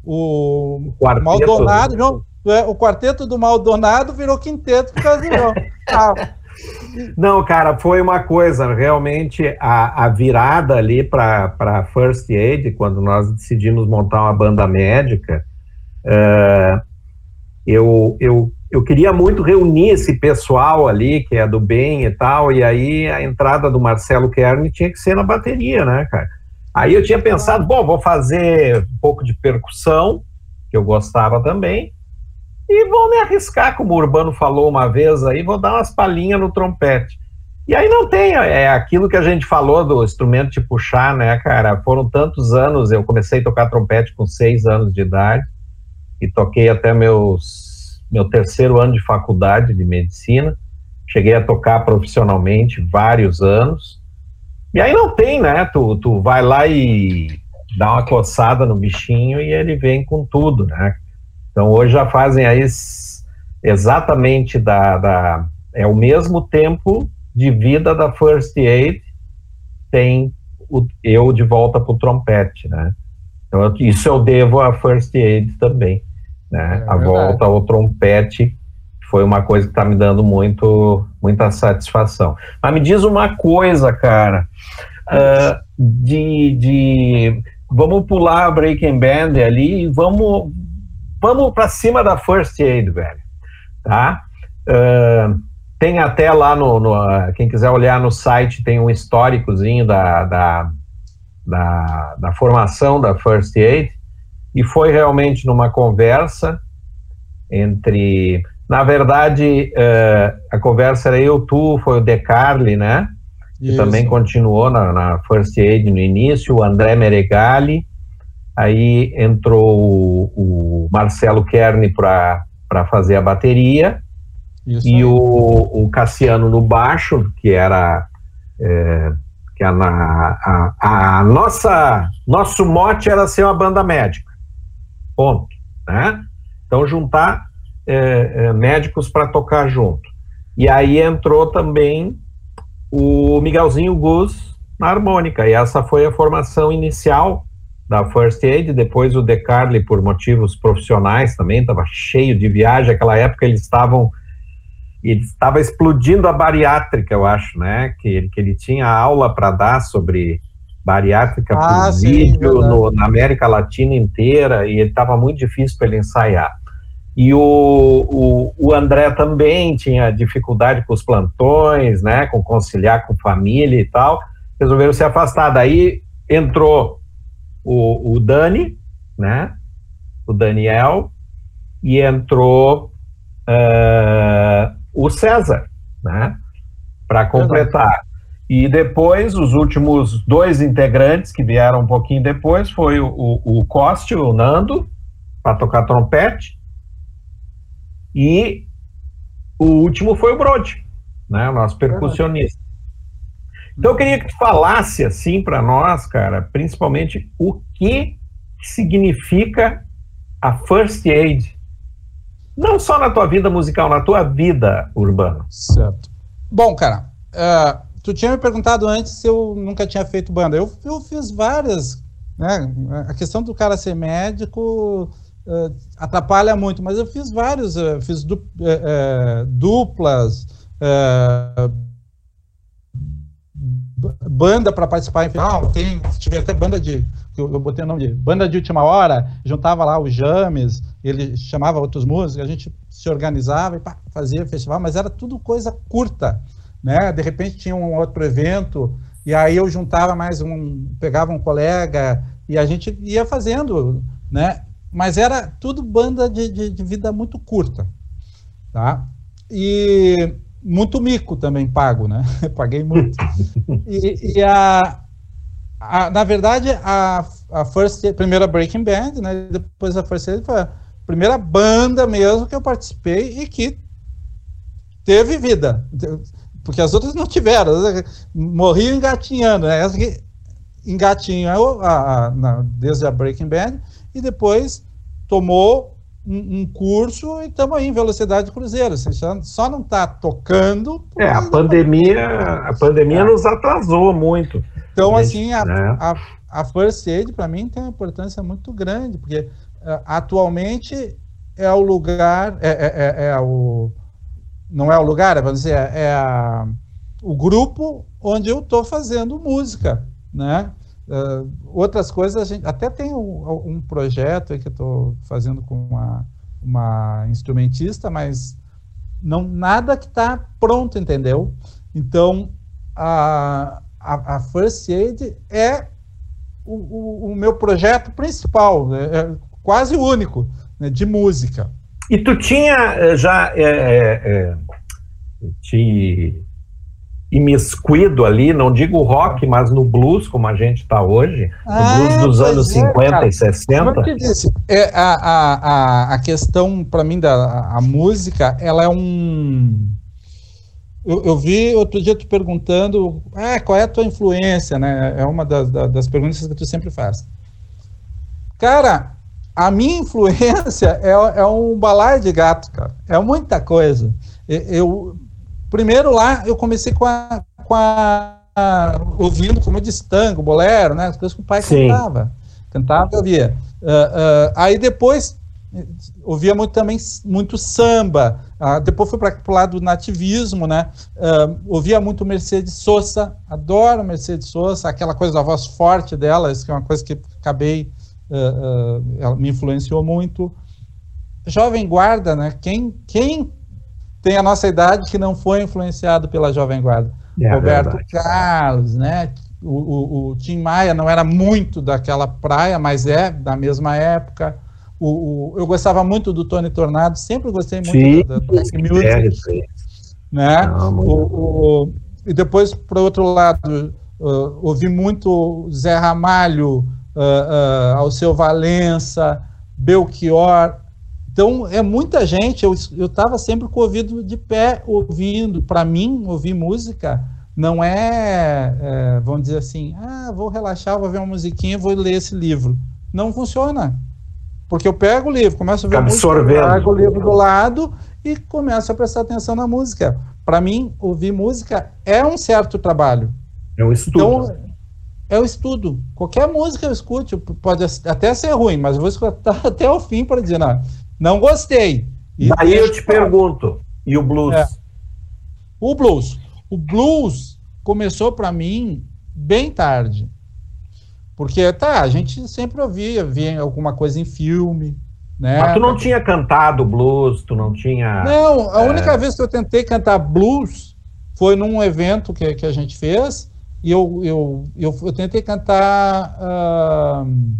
o, o quarteto, Maldonado, João, o quarteto do Maldonado virou quinteto por causa do João. Ah. Não, cara, foi uma coisa, realmente, a, a virada ali para First Aid, quando nós decidimos montar uma banda médica, uh, eu... eu Eu queria muito reunir esse pessoal ali, que é do bem e tal, e aí a entrada do Marcelo Kern tinha que ser na bateria, né, cara? Aí eu tinha pensado, bom, vou fazer um pouco de percussão, que eu gostava também, e vou me arriscar, como o Urbano falou uma vez aí, vou dar umas palhinhas no trompete. E aí não tem, é aquilo que a gente falou do instrumento de puxar, né, cara? Foram tantos anos, eu comecei a tocar trompete com seis anos de idade, e toquei até meus... meu terceiro ano de faculdade de medicina, cheguei a tocar profissionalmente vários anos, e aí não tem, né, tu, tu vai lá e dá uma coçada no bichinho e ele vem com tudo, né, então hoje já fazem aí exatamente da, da é o mesmo tempo de vida da First Aid, tem o, eu de volta pro trompete, né, então isso eu devo à First Aid também. Né? É, a volta ao trompete foi uma coisa que está me dando muito, muita satisfação. Mas me diz uma coisa, cara, uh, de, de vamos pular a Breaking Band ali e vamos, vamos para cima da First Aid, velho, tá? Uh, tem até lá no, no, quem quiser olhar no site, tem um históricozinho da, da, da, da formação da First Aid. E foi realmente numa conversa entre... Na verdade, uh, a conversa era eu, tu, foi o De Carli, né? Que Isso. também continuou na, na First Aid no início, o André Meregali, aí entrou o, o Marcelo Kern para fazer a bateria, Isso e o, o Cassiano no baixo, que era... É, que a, a, a, a nossa... Nosso mote era ser uma banda médica. Ponto, né? Então juntar é, é, médicos para tocar junto. E aí entrou também o Miguelzinho Gus na harmônica, e essa foi a formação inicial da First Aid. Depois o De Carli, por motivos profissionais também, estava cheio de viagem. Naquela época eles estavam ele estava explodindo a bariátrica, eu acho, né? Que ele, que ele tinha aula para dar sobre bariátrica ah, por sim, vídeo no, na América Latina inteira, e ele estava muito difícil para ele ensaiar. E o, o, o André também tinha dificuldade com os plantões, né, com conciliar com família e tal, resolveram se afastar. Daí entrou o, o Dani, né, o Daniel, e entrou uh, o César, né, para completar. E depois, os últimos dois integrantes que vieram um pouquinho depois, foi o, o, o Coste, o Nando, para tocar trompete, e o último foi o Brody, né, o nosso percussionista. Então eu queria que tu falasse assim para nós, cara, principalmente o que significa a First Aid, não só na tua vida musical, na tua vida, Urbano. Certo. Bom, cara, uh, tu tinha me perguntado antes se eu nunca tinha feito banda. Eu, eu fiz várias, né? A questão do cara ser médico uh, atrapalha muito, mas eu fiz vários, uh, fiz du, uh, uh, duplas, uh, banda para participar, enfim, ah, tem, tive até banda de, eu, eu botei o nome de banda de última hora, juntava lá os James, ele chamava outros músicos, a gente se organizava e pá, fazia festival, mas era tudo coisa curta, né? De repente tinha um outro evento, e aí eu juntava mais um, pegava um colega, e a gente ia fazendo, né? Mas era tudo banda de, de, de vida muito curta, tá? E muito mico também pago, né? Paguei muito. E, e a, a, na verdade, a, a First, a primeira Breaking Band, né? Depois a First Aid foi a primeira banda mesmo que eu participei e que teve vida. Porque as outras não tiveram, morriam engatinhando, né? Essa que engatinhou a, a, na, desde a Breaking Band e depois tomou um, um curso e estamos aí em velocidade de cruzeiro. Você só não está tocando. É, a pandemia, a pandemia é. nos atrasou muito. Então, gente, assim, a, né? a, a First Aid, para mim, tem uma importância muito grande, porque uh, atualmente é o lugar, é, é, é, é o. Não é o lugar, vamos dizer, é a, o grupo onde eu estou fazendo música, né? Uh, outras coisas, a gente até tem um, um projeto aí que eu estou fazendo com uma, uma instrumentista, mas não, nada que está pronto, entendeu? Então, a, a, a First Aid é o, o, o meu projeto principal, né? É quase único, né, de música. E tu tinha já é, é, te imiscuído ali, não digo rock, mas no blues, como a gente está hoje, no ah, blues dos anos é, cinquenta cara, e sessenta? Como eu te disse, é, a, a, a questão, para mim, da a música, ela é um... Eu, eu vi outro dia tu perguntando, ah, qual é a tua influência, né? É uma das, das perguntas que tu sempre faz. Cara, a minha influência é, é um balaio de gato, cara. É muita coisa. Eu... Primeiro lá, eu comecei com a, com a, a ouvindo, como eu disse, tango, bolero, né? As coisas que o pai Sim. cantava. Cantava e ouvia. Uh, uh, aí depois, ouvia muito também, muito samba. Uh, depois fui para o lado do nativismo, né? Uh, ouvia muito Mercedes Sosa. Adoro Mercedes Sosa, aquela coisa da voz forte dela, isso que é uma coisa que acabei... Uh, uh, ela me influenciou muito. Jovem Guarda, né? Quem... quem tem a nossa idade que não foi influenciado pela Jovem Guarda. É, Roberto verdade. Carlos, né? O, o, o Tim Maia não era muito daquela praia, mas é da mesma época. O, o, eu gostava muito do Tony Tornado, sempre gostei muito Sim, da, da Black Music. É, né? Não, o, o, e depois, para o outro lado, uh, ouvi muito Zé Ramalho, uh, uh, Alceu Valença, Belchior. Então, é muita gente, eu estava sempre com o ouvido de pé, ouvindo. Para mim, ouvir música não é, é, vamos dizer assim, ah, vou relaxar, vou ver uma musiquinha, vou ler esse livro. Não funciona. Porque eu pego o livro, começo a ver a música, pego o livro do lado e começo a prestar atenção na música. Para mim, ouvir música é um certo trabalho. É um estudo. Então, é o estudo. Qualquer música eu escute, pode até ser ruim, mas eu vou escutar até o fim para dizer, não, não gostei. E daí eu te pergunto, e o blues? É. O blues. O blues começou para mim bem tarde. Porque, tá, a gente sempre ouvia, via alguma coisa em filme, né? Mas tu não tinha cantado blues, tu não tinha... Não, a é... única vez que eu tentei cantar blues foi num evento que, que a gente fez, e eu, eu, eu, eu tentei cantar... Uh...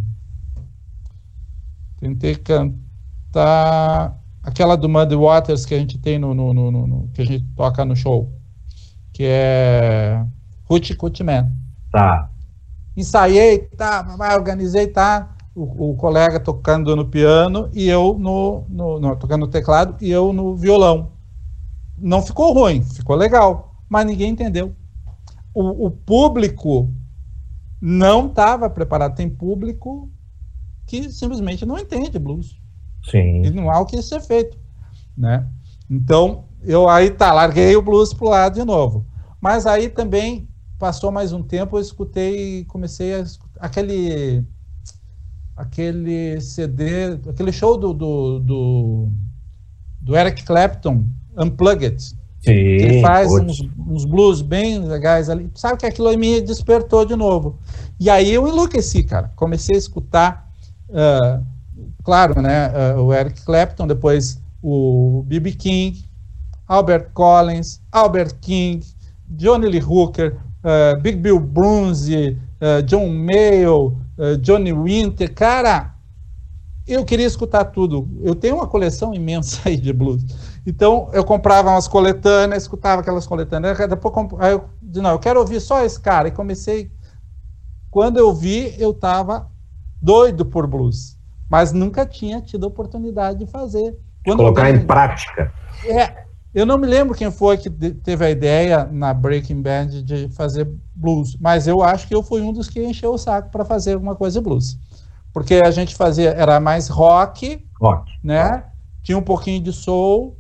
Tentei cantar... Tá, aquela do Muddy Waters que a gente tem no, no, no, no que a gente toca no show, que é Hoochie Coochie Man. Tá. Ensaiei, tá, organizei, tá, o, o colega tocando no piano e eu no, no, no tocando no teclado e eu no violão. Não ficou ruim, ficou legal, mas ninguém entendeu. O, o público não estava preparado. Tem público que simplesmente não entende blues. Sim. E não há o que ser feito, né? Então, eu aí tá, larguei o blues pro lado de novo. Mas aí também passou mais um tempo, eu escutei, comecei a escutar aquele aquele C D, aquele show do do, do, do Eric Clapton, Unplugged. Sim, ele faz putz. uns, uns blues bem legais ali. Sabe que aquilo aí me despertou de novo. E aí eu enlouqueci, cara. Comecei a escutar, uh, claro, né, uh, o Eric Clapton, depois o B B King, Albert Collins, Albert King, Johnny Lee Hooker, uh, Big Bill Brunsey, uh, John Mayall, uh, Johnny Winter. Cara, eu queria escutar tudo. Eu tenho uma coleção imensa aí de blues. Então, eu comprava umas coletâneas, escutava aquelas coletâneas. Depois, aí eu disse, não, eu quero ouvir só esse cara. E comecei... Quando eu vi, eu estava doido por blues. Mas nunca tinha tido a oportunidade de fazer. Quando Colocar alguém... em prática. É, eu não me lembro quem foi que teve a ideia na Breaking Band de fazer blues. Mas eu acho que eu fui um dos que encheu o saco para fazer alguma coisa de blues. Porque a gente fazia... Era mais rock, Rock. né? Rock. Tinha um pouquinho de soul...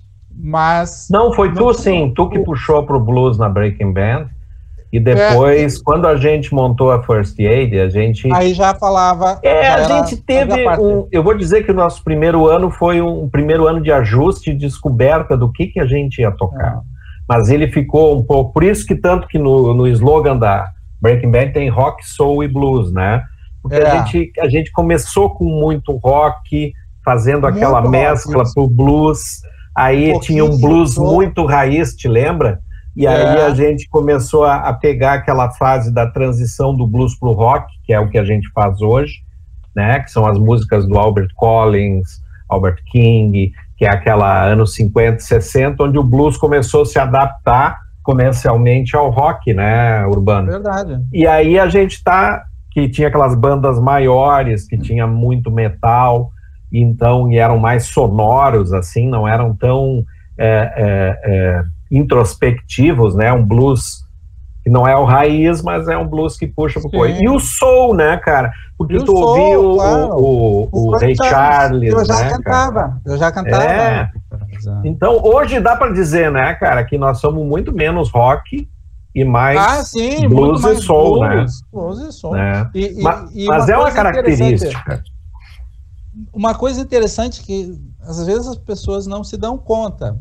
Mas... Não, foi não tu sim, tu que puxou pro blues na Breaking Band, e depois, é, quando a gente montou a First Aid, a gente... Aí já falava... É, já a era, gente teve um... Eu vou dizer que o nosso primeiro ano foi um primeiro ano de ajuste e descoberta do que, que a gente ia tocar. É. Mas ele ficou um pouco... Por isso que tanto que no, no slogan da Breaking Band tem rock, soul e blues, né? Porque é. a, gente, a gente começou com muito rock, fazendo aquela muito mescla rock, pro blues... Aí um tinha um blues muito raiz, te lembra? E aí é. a gente começou a, a pegar aquela fase da transição do blues pro rock, que é o que a gente faz hoje, né? Que são as músicas do Albert Collins, Albert King, que é aquela anos cinquenta, sessenta, onde o blues começou a se adaptar comercialmente ao rock, né, urbano. Verdade. E aí a gente tá, que tinha aquelas bandas maiores, que tinha muito metal, então, e eram mais sonoros, assim, não eram tão é, é, é, introspectivos, né, um blues que não é o raiz, mas é um blues que puxa pro coisa. E o soul, né, cara, porque tu ouviu o, claro. o, o, o Ray Charles, eu já né, cantava, cara? eu já cantava. É. Então, hoje dá para dizer, né, cara, que nós somos muito menos rock e mais ah, sim, blues mais e soul, blues, né? Blues e soul. Né? E, mas e mas uma é uma característica. Uma coisa interessante que às vezes as pessoas não se dão conta,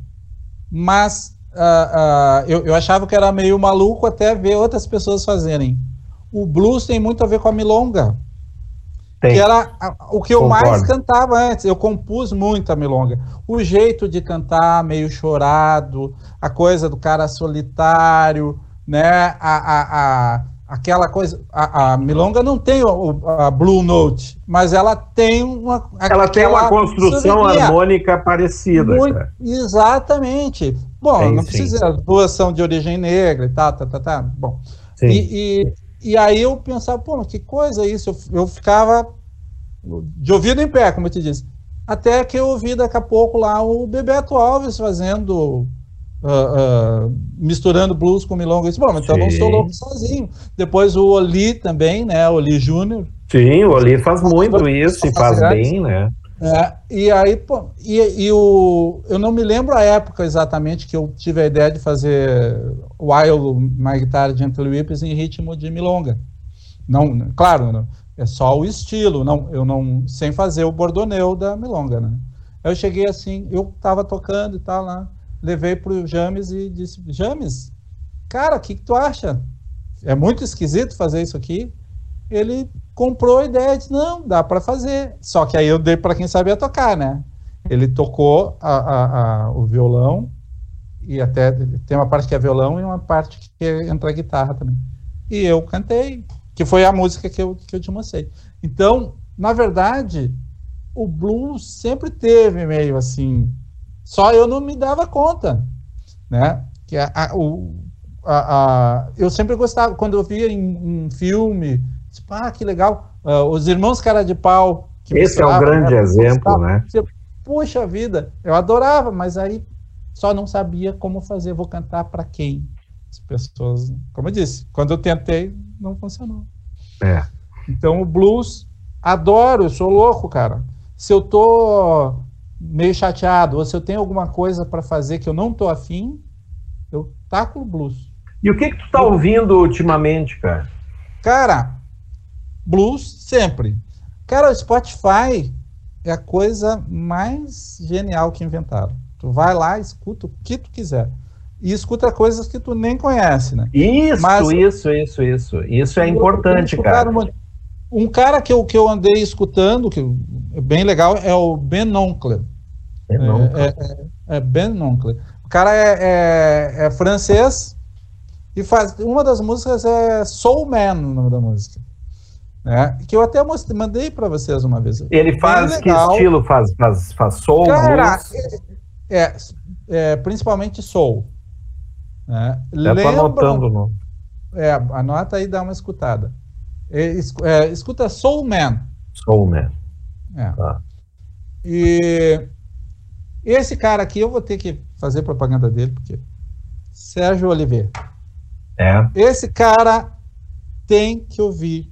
mas uh, uh, eu, eu achava que era meio maluco até ver outras pessoas fazerem. O blues tem muito a ver com a milonga. Tem. Que era o que eu Concordo. mais cantava antes. Eu compus muito a milonga. O jeito de cantar meio chorado, a coisa do cara solitário, né? A, a, a, aquela coisa... A, a milonga não tem o, a blue note, mas ela tem uma... Ela tem uma construção souvenir. harmônica parecida. Muito, exatamente. Bom, tem, não precisa dizer, as duas são de origem negra e tal, tá, tá, tá. Bom, sim. E... e E aí eu pensava, pô, que coisa é isso? Eu, eu ficava de ouvido em pé, como eu te disse. Até que eu ouvi daqui a pouco lá o Bebeto Alves fazendo, uh, uh, misturando blues com milonga. Eu disse, bom, então Sim. não sou louco sozinho. Depois o Oli também, né, o Oli Júnior. Sim, o Oli faz muito isso e faz bem, né? É, e aí, pô, e, e o, eu não me lembro a época exatamente que eu tive a ideia de fazer While My Guitar Gently Weeps em ritmo de milonga. Não, claro, não, é só o estilo, não, eu não, sem fazer o bordoneu da milonga, né? Eu cheguei assim, eu tava tocando e tal lá, levei pro James e disse, James, cara, o que, que tu acha? É muito esquisito fazer isso aqui? Ele comprou a ideia, disse, não, dá para fazer. Só que aí eu dei para quem sabia tocar, né? Ele tocou a, a, a, o violão, e até tem uma parte que é violão e uma parte que entra a guitarra também. E eu cantei, que foi a música que eu, que eu te mostrei. Então, na verdade, o blues sempre teve meio assim, só eu não me dava conta, né? Que a, a, o, a, a, eu sempre gostava, quando eu via em um filme... Tipo, ah, que legal. Uh, os Irmãos Cara de Pau. Que Esse é um grande né, exemplo, né? Puxa vida, eu adorava, mas aí só não sabia como fazer. Vou cantar para quem? As pessoas, como eu disse, quando eu tentei, não funcionou. É. Então, o blues, adoro, eu sou louco, cara. Se eu tô meio chateado, ou se eu tenho alguma coisa para fazer que eu não tô afim, eu taco o blues. E o que que tu tá ouvindo ultimamente, cara? Cara... Blues, sempre. Cara, o Spotify é a coisa mais genial que inventaram. Tu vai lá, escuta o que tu quiser. e escuta coisas que tu nem conhece, né? Isso, Mas, isso, isso, isso. Isso é importante, cara. Uma, um cara que eu, que eu andei escutando, que é bem legal, é o Ben Oncle. Ben Oncle. É, é, é Ben Oncle. O cara é, é, é francês e faz... Uma das músicas é Soul Man, o nome da música. Né? Que eu até mostrei, mandei para vocês uma vez. Ele faz que estilo? Faz, faz, faz soul, cara, blues? É, é, é, principalmente soul. Né? Eu tô anotando o nome. É, anota aí e dá uma escutada. É, é, escuta Soul Man. Soul Man. É. Tá. E esse cara aqui, eu vou ter que fazer propaganda dele, porque Sérgio Oliveira. É. Esse cara tem que ouvir.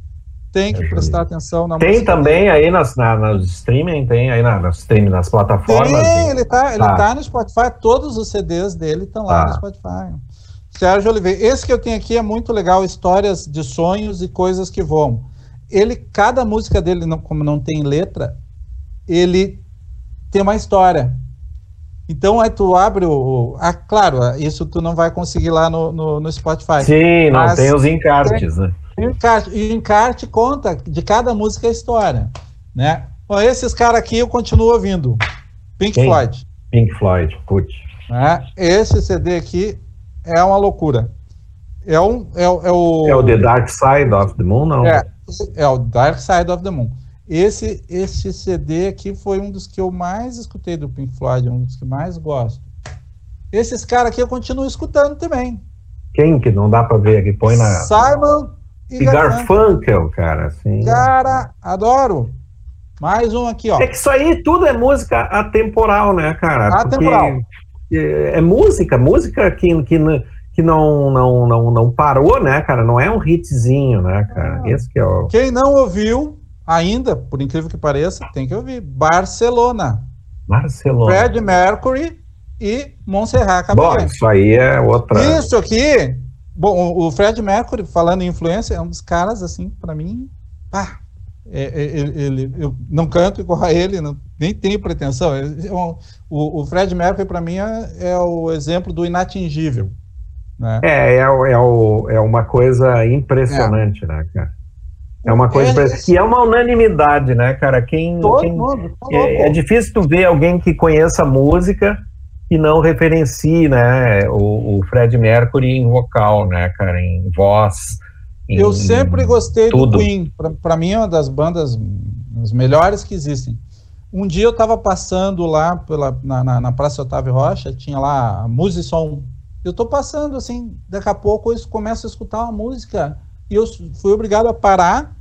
Tem que Sérgio prestar Oliveira. atenção na tem música. Tem também dele. aí nas, na, nos streaming, tem aí na, nas, streaming, nas plataformas. Tem, ele tá, ele tá. tá no Spotify, todos os C Ds dele estão lá tá. no Spotify. Sérgio Oliveira. Esse que eu tenho aqui é muito legal, histórias de sonhos e coisas que voam. Ele, cada música dele, não, como não tem letra, ele tem uma história. Então, aí tu abre o... Ah, claro, isso tu não vai conseguir lá no, no, no Spotify. Sim, não, tem os encartes, tem, né? Tem encarte, e o encarte conta de cada música a história, né? Bom, esses caras aqui eu continuo ouvindo. Pink Quem? Floyd. Pink Floyd, putz. Né? Esse C D aqui é uma loucura. É, um, é, é o... É o The Dark Side of the Moon, não? É, é o Dark Side of the Moon. Esse, esse C D aqui foi um dos que eu mais escutei do Pink Floyd, um dos que mais gosto. Esses caras aqui eu continuo escutando também. Quem que não dá pra ver aqui? Põe na... Simon e, e Garfunkel, cara. Assim. Cara, adoro. Mais um aqui, ó. É que isso aí tudo é música atemporal, né, cara? Atemporal. Porque é música, música que, que, que não, não, não, não parou, né, cara? Não é um hitzinho, né, cara? Ah, esse que é o... Quem não ouviu ainda, por incrível que pareça, tem que ouvir. Barcelona. Barcelona. Freddie Mercury e Montserrat Caballé. Bom, isso aí é outra... Isso aqui... Bom, o Freddie Mercury, falando em influência, é um dos caras, assim, pra mim... Pá, é, é, ele, ele, eu não canto igual a ele, não, nem tenho pretensão. É, é um, o, o Freddie Mercury, pra mim, é, é o exemplo do inatingível. Né? É, é, o, é, o, é uma coisa impressionante, é. né, cara? É uma coisa é, impressionante. E é uma unanimidade, né, cara? Quem, todo quem, mundo, é, é difícil tu ver alguém que conheça música e não referencie, né, o, o Freddie Mercury em vocal, né, cara, em voz. Em, eu sempre gostei tudo. do Queen. Para mim é uma das bandas as melhores que existem. Um dia eu estava passando lá pela, na, na, na Praça Otávio Rocha, tinha lá a Musisom. Eu estou passando assim, daqui a pouco eu começo a escutar uma música e eu fui obrigado a parar,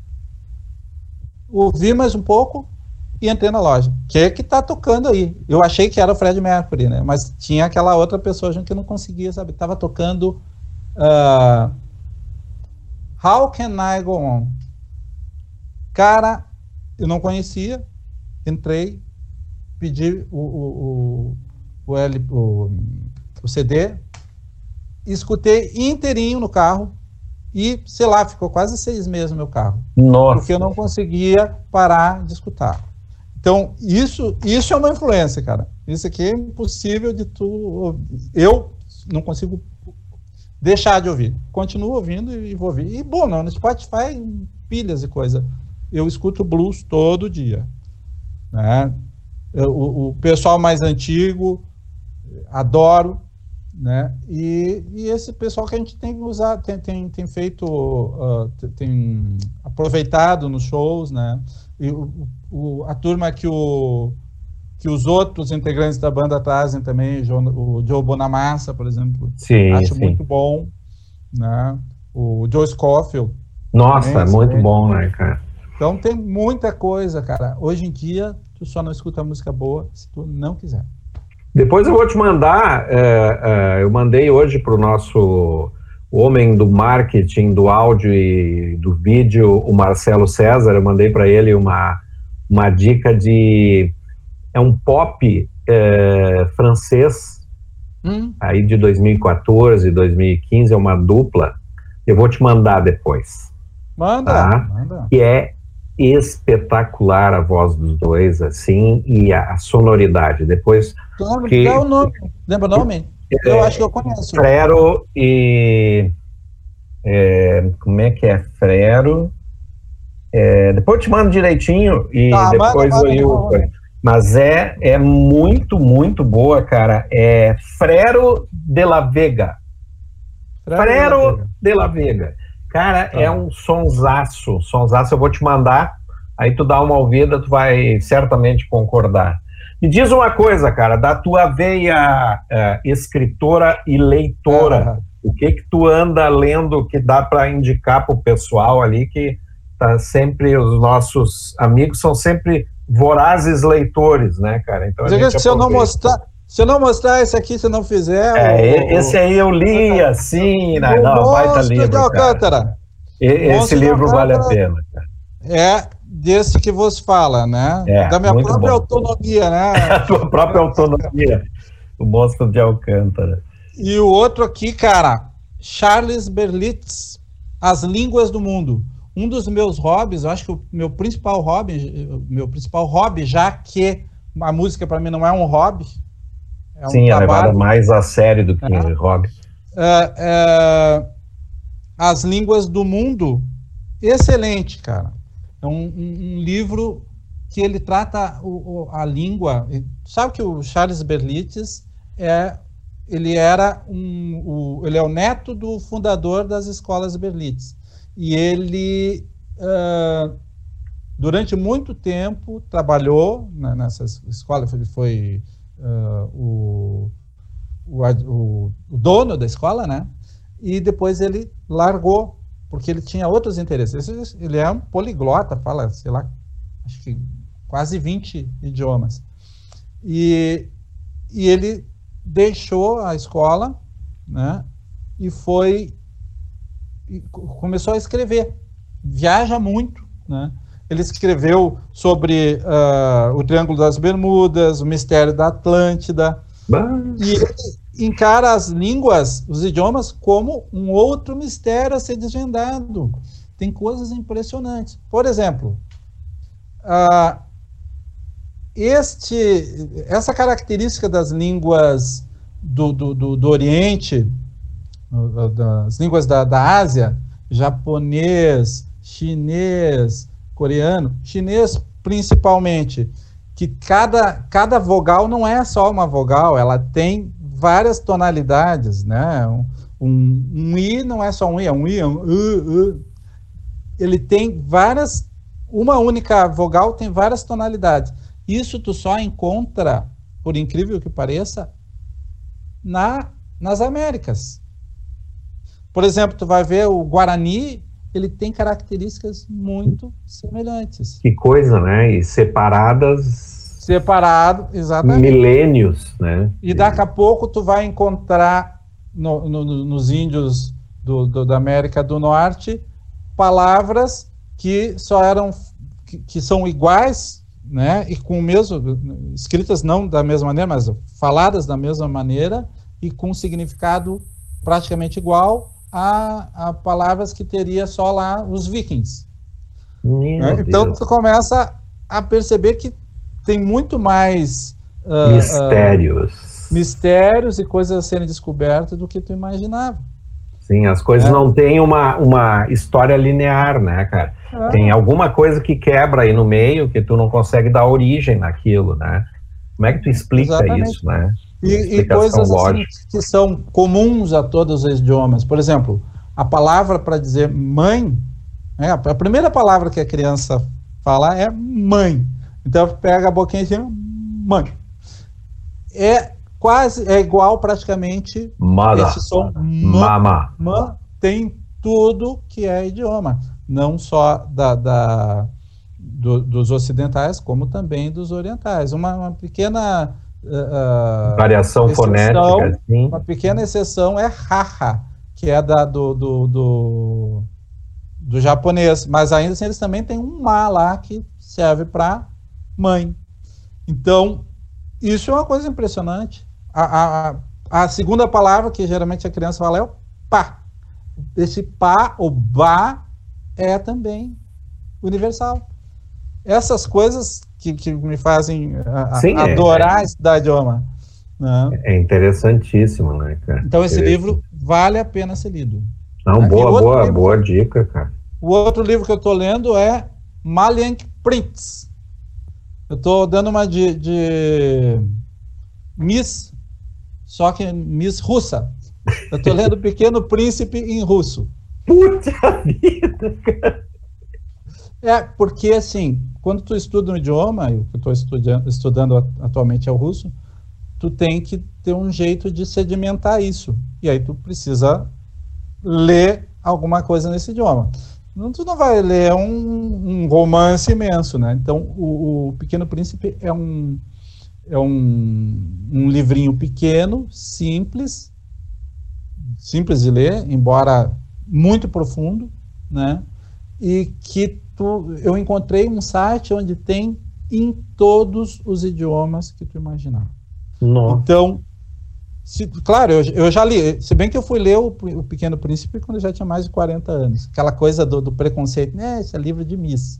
ouvir mais um pouco e entrei na loja. O que é que tá tocando aí? Eu achei que era o Freddie Mercury, né? Mas tinha aquela outra pessoa que eu não conseguia, sabe? Tava tocando uh, How Can I Go On? Cara, eu não conhecia, entrei, pedi o, o, o, o, L, o, o C D, escutei inteirinho no carro e, sei lá, ficou quase seis meses no meu carro. Nossa. Porque eu não conseguia parar de escutar. Então, isso, isso é uma influência, cara. Isso aqui é impossível de tu... Eu não consigo deixar de ouvir. Continuo ouvindo e vou ouvir. E, bom, não, no Spotify, pilhas e coisa. Eu escuto blues todo dia. Né? Eu, o, o pessoal mais antigo, adoro. Né? E, e esse pessoal que a gente tem usado, tem, tem, tem feito, uh, tem aproveitado nos shows, né? E o, o, a turma que, o, que os outros integrantes da banda trazem também, o Joe Bonamassa, por exemplo, sim, acho sim. muito bom, né? O Joe Scofield. Nossa, também, é muito também. bom, né, cara? Então tem muita coisa, cara. Hoje em dia, tu só não escuta música boa se tu não quiser. Depois eu vou te mandar, é, é, eu mandei hoje para o nosso homem do marketing, do áudio e do vídeo, o Marcelo César, eu mandei para ele uma, uma dica de... É um pop é, francês, hum. aí de dois mil e quatorze, dois mil e quinze, é uma dupla, eu vou te mandar depois. Manda, tá? manda. Que é espetacular a voz dos dois, assim, e a, a sonoridade. Depois... Nome, que, dá o nome. Lembra o nome? Eu acho que eu conheço. Frero e... É, como é que é? Frero... É, depois eu te mando direitinho e Tá, depois manda, manda, eu... manda. Mas é, é muito, muito boa, cara. É Frero de la Vega. Frero de la Vega. Cara, Tá. é um sonsaço. Sonsaço, eu vou te mandar. Aí tu dá uma ouvida, tu vai certamente concordar. Me diz uma coisa, cara, da tua veia uh, escritora e leitora, Ah, o que que tu anda lendo que dá para indicar pro pessoal ali, que tá sempre, os nossos amigos são sempre vorazes leitores, né, cara? Então a Diga gente que se eu não aproveita. mostrar, se eu não mostrar esse aqui, se eu não fizer... É, o, esse aí eu li assim, né? o Não, baita Monstro livro, de Alcântara. cara. E, esse Monstro de livro vale a Alcântara pena, cara. é desse que vos fala, né? É, Da minha muito própria bom. autonomia, A né? tua própria autonomia, o Monstro de Alcântara. E o outro aqui, cara, Charles Berlitz, As Línguas do Mundo. Um dos meus hobbies, eu acho que o meu principal hobby, o meu principal hobby, já que a música para mim não é um hobby, é um Sim, é levada trabalho. mais a sério do que É. hobby. É, é, As Línguas do Mundo, excelente, cara. É um, um, um livro que ele trata o, o, a língua. Sabe que o Charles Berlitz é, ele era um, o, ele é o neto do fundador das escolas Berlitz. E ele, uh, durante muito tempo, trabalhou né, nessas escolas. Ele foi uh, o, o, o, o dono da escola, né? E depois ele largou, porque ele tinha outros interesses. Ele é um poliglota, fala, sei lá, acho que quase vinte idiomas. E, e ele deixou a escola, né? E foi... E começou a escrever. Viaja muito, né? Ele escreveu sobre uh, o Triângulo das Bermudas, o Mistério da Atlântida. Bah. E ele encara as línguas, os idiomas, como um outro mistério a ser desvendado. Tem coisas impressionantes. Por exemplo, uh, este, essa característica das línguas do, do, do, do Oriente, das línguas da, da Ásia, japonês, chinês, coreano, chinês principalmente, que cada, cada vogal não é só uma vogal, ela tem várias tonalidades, né? Um, um, um I não é só um I, é um I, é um U, U. Ele tem várias, uma única vogal tem várias tonalidades. Isso tu só encontra, por incrível que pareça, na, nas Américas. Por exemplo, tu vai ver o Guarani, ele tem características muito semelhantes. Que coisa, né? E separadas... Separado, exatamente. Milênios, né? E daqui a pouco tu vai encontrar no, no, nos índios do, do, da América do Norte palavras que só eram... que, que são iguais, né? E com o mesmo... escritas não da mesma maneira, mas faladas da mesma maneira e com significado praticamente igual A, a palavras que teria só lá os vikings. Né? Então tu começa a perceber que tem muito mais uh, mistérios uh, mistérios e coisas a serem descobertas do que tu imaginava. Sim, as coisas é. não têm uma, uma história linear, né, cara? É. Tem alguma coisa que quebra aí no meio que tu não consegue dar origem naquilo, né? Como é que tu explica Exatamente. Isso, né? E, e coisas assim, que são comuns a todos os idiomas. Por exemplo, a palavra para dizer mãe, né, a primeira palavra que a criança fala é mãe. Então pega a boquinha e diz mãe. É quase, é igual praticamente Mother. Esse som Mama. Ma, tem tudo que é idioma. Não só da, da, do, dos ocidentais, como também dos orientais. Uma, uma pequena... Uh, variação exceção, fonética, sim. Uma pequena exceção é haha, que é da, do, do, do, do japonês, mas ainda assim eles também têm um ma lá que serve para mãe. Então, isso é uma coisa impressionante. A, a, a segunda palavra que geralmente a criança fala é o pá. Esse pá, o ba, é também universal. Essas coisas que, que me fazem a, Sim, adorar é, é. estudar idioma. Né? É interessantíssimo, né, cara? Então esse livro vale a pena ser lido. Não, Né? boa, boa, livro, boa dica, cara. O outro livro que eu estou lendo é Malenk Prince. Eu estou dando uma de, de Miss, só que Miss russa. Eu estou lendo Pequeno Príncipe em russo. Puta vida, cara! É, porque assim, quando tu estuda um idioma, e o que eu estou estudando, estudando atualmente é o russo, tu tem que ter um jeito de sedimentar isso. E aí tu precisa ler alguma coisa nesse idioma. Não, tu não vai ler um, um romance imenso, né? Então, o, o Pequeno Príncipe é um, é um, um livrinho pequeno, simples, simples de ler, embora muito profundo, né? E que tu, eu encontrei um site onde tem em todos os idiomas que tu imaginar. Nossa. Então, se, claro, eu, eu já li, se bem que eu fui ler o, o Pequeno Príncipe quando eu já tinha mais de quarenta anos. Aquela coisa do, do preconceito, né? Esse é livro de Miss.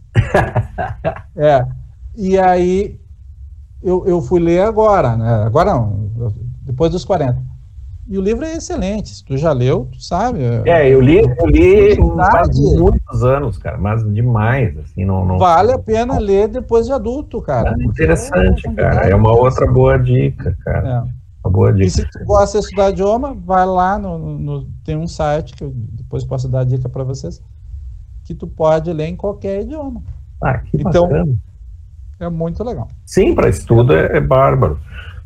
É. E aí, eu, eu fui ler agora, né? Agora não, depois dos quarenta. E o livro é excelente. Se tu já leu, tu sabe. É, eu li, eu li faz muitos anos, cara, mas demais, assim, não... não... Vale a pena ler depois de adulto, cara. É interessante, é cara, é uma outra boa dica, cara. É. Uma boa dica. E se tu gosta de estudar idioma, vai lá, no, no, tem um site, que eu depois posso dar a dica para vocês, que tu pode ler em qualquer idioma. Ah, que então, bacana. É muito legal. Sim, para estudo é, é bárbaro.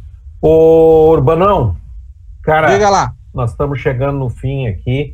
Ô, Urbanão, cara, diga lá. Nós estamos chegando no fim aqui.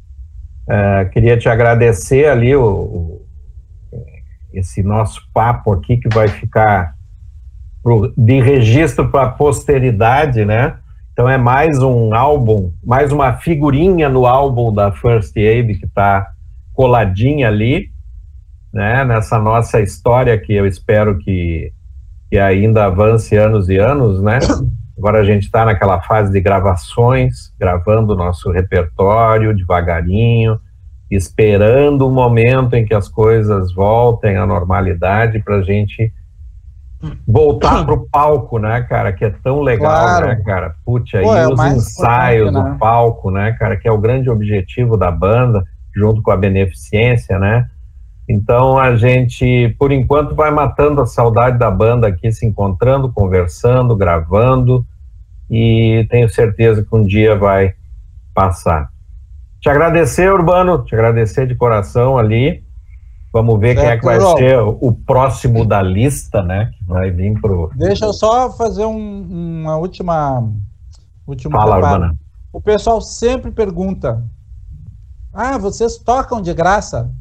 Uh, queria te agradecer ali o, o, esse nosso papo aqui, que vai ficar pro, de registro para a posteridade, né? Então é mais um álbum, mais uma figurinha no álbum da First Aid que está coladinha ali, né? Nessa nossa história que eu espero que, que ainda avance anos e anos, né? Agora a gente está naquela fase de gravações, gravando o nosso repertório devagarinho, esperando o momento em que as coisas voltem à normalidade para a gente voltar para o palco, né, cara? Que é tão legal, claro. Né, cara? Putz, aí Pô, é os ensaios, né? O palco, né, cara? Que é o grande objetivo da banda, junto com a beneficência, né? Então a gente, por enquanto, vai matando a saudade da banda aqui, se encontrando, conversando, gravando, e tenho certeza que um dia vai passar. Te agradecer, Urbano, te agradecer de coração ali. Vamos ver certo, quem é que vai João. ser o próximo da lista, né? Que vai vir pro... Deixa eu só fazer um, uma última... última Fala, Urbano. O pessoal sempre pergunta, ah, vocês tocam de graça?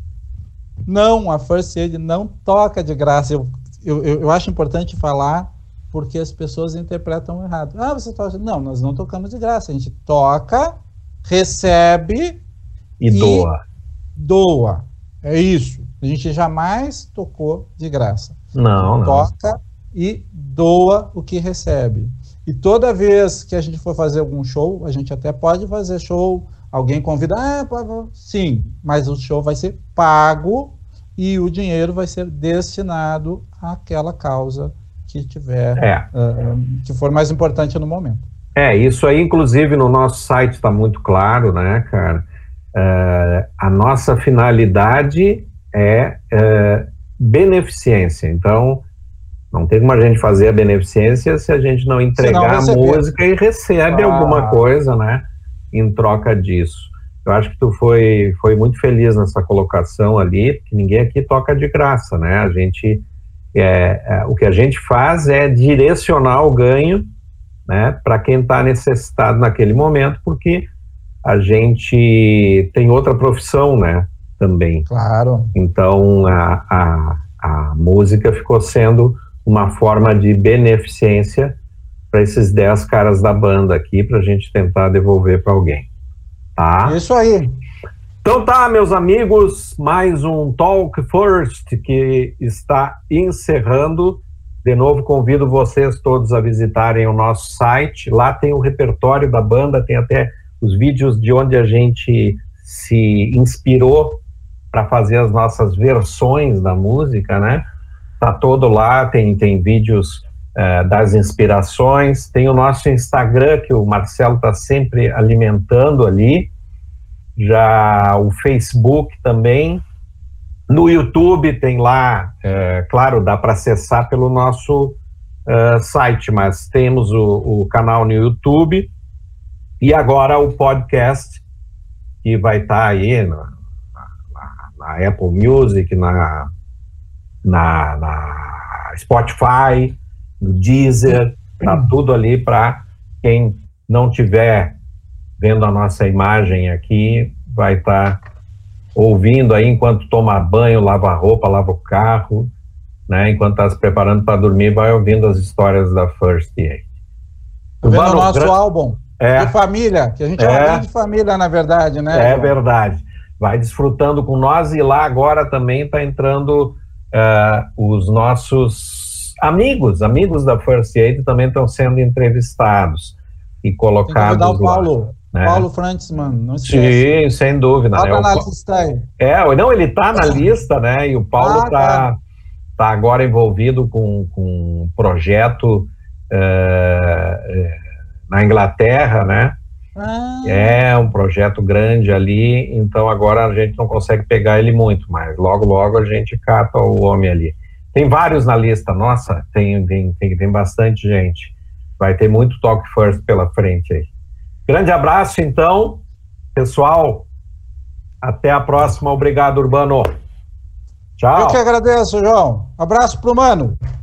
Não, a First Aid não toca de graça. Eu, eu, eu acho importante falar, porque as pessoas interpretam errado. Ah, você toca... Não, nós não tocamos de graça. A gente toca, recebe e, e doa. Doa. É isso. A gente jamais tocou de graça. Não, não. Toca e doa o que recebe. E toda vez que a gente for fazer algum show, a gente até pode fazer show... Alguém convida, ah, sim, mas o show vai ser pago e o dinheiro vai ser destinado àquela causa que tiver, é. uh, que for mais importante no momento. É, isso aí, inclusive, no nosso site está muito claro, né, cara? Uh, a nossa finalidade é uh, beneficência. Então, não tem como a gente fazer a beneficência se a gente não entregar a música e recebe ah. alguma coisa, né? Em troca disso. Eu acho que tu foi, foi muito feliz nessa colocação ali, porque ninguém aqui toca de graça, né? A gente, é, é, o que a gente faz é direcionar o ganho, né, para quem está necessitado naquele momento, porque a gente tem outra profissão, né, também. Claro. Então, a, a, a música ficou sendo uma forma de beneficência para esses dez caras da banda aqui, para a gente tentar devolver para alguém, tá? Isso aí. Então tá, meus amigos, mais um Talk First que está encerrando. De novo, convido vocês todos a visitarem o nosso site. Lá tem o repertório da banda, tem até os vídeos de onde a gente se inspirou para fazer as nossas versões da música, né? Tá todo lá, tem, tem vídeos uh, das inspirações. Tem o nosso Instagram, que o Marcelo está sempre alimentando ali. Já o Facebook também. No YouTube tem lá, uh, claro, dá para acessar pelo nosso uh, site, mas temos o, o canal no YouTube e agora o podcast, que vai estar tá aí na, na, na Apple Music, na, na, na Spotify, no Deezer, tá tudo ali para quem não tiver vendo a nossa imagem aqui, vai estar tá ouvindo aí enquanto toma banho, lava a roupa, lava o carro, né? Enquanto está se preparando para dormir, vai ouvindo as histórias da First Aid. Tá vendo o nosso gran... álbum é, de família, que a gente é, é uma grande família, na verdade, né? É João? verdade. Vai desfrutando com nós e lá agora também está entrando uh, os nossos amigos, amigos da First Aid também estão sendo entrevistados e colocados Tem que convidar o Paulo. lá. Né? Paulo Frantzman, não esquece. Sim, sem dúvida. Tá né? na lista aí. É, não, ele tá na lista, né? E o Paulo ah, tá, tá. tá agora envolvido com, com um projeto uh, na Inglaterra, né? Ah. É um projeto grande ali, então agora a gente não consegue pegar ele muito, mas logo, logo a gente cata o homem ali. Tem vários na lista, nossa, tem, tem, tem, tem bastante gente. Vai ter muito Talk First pela frente aí. Grande abraço, então, pessoal. Até a próxima. Obrigado, Urbano. Tchau. Eu que agradeço, João. Abraço pro Mano.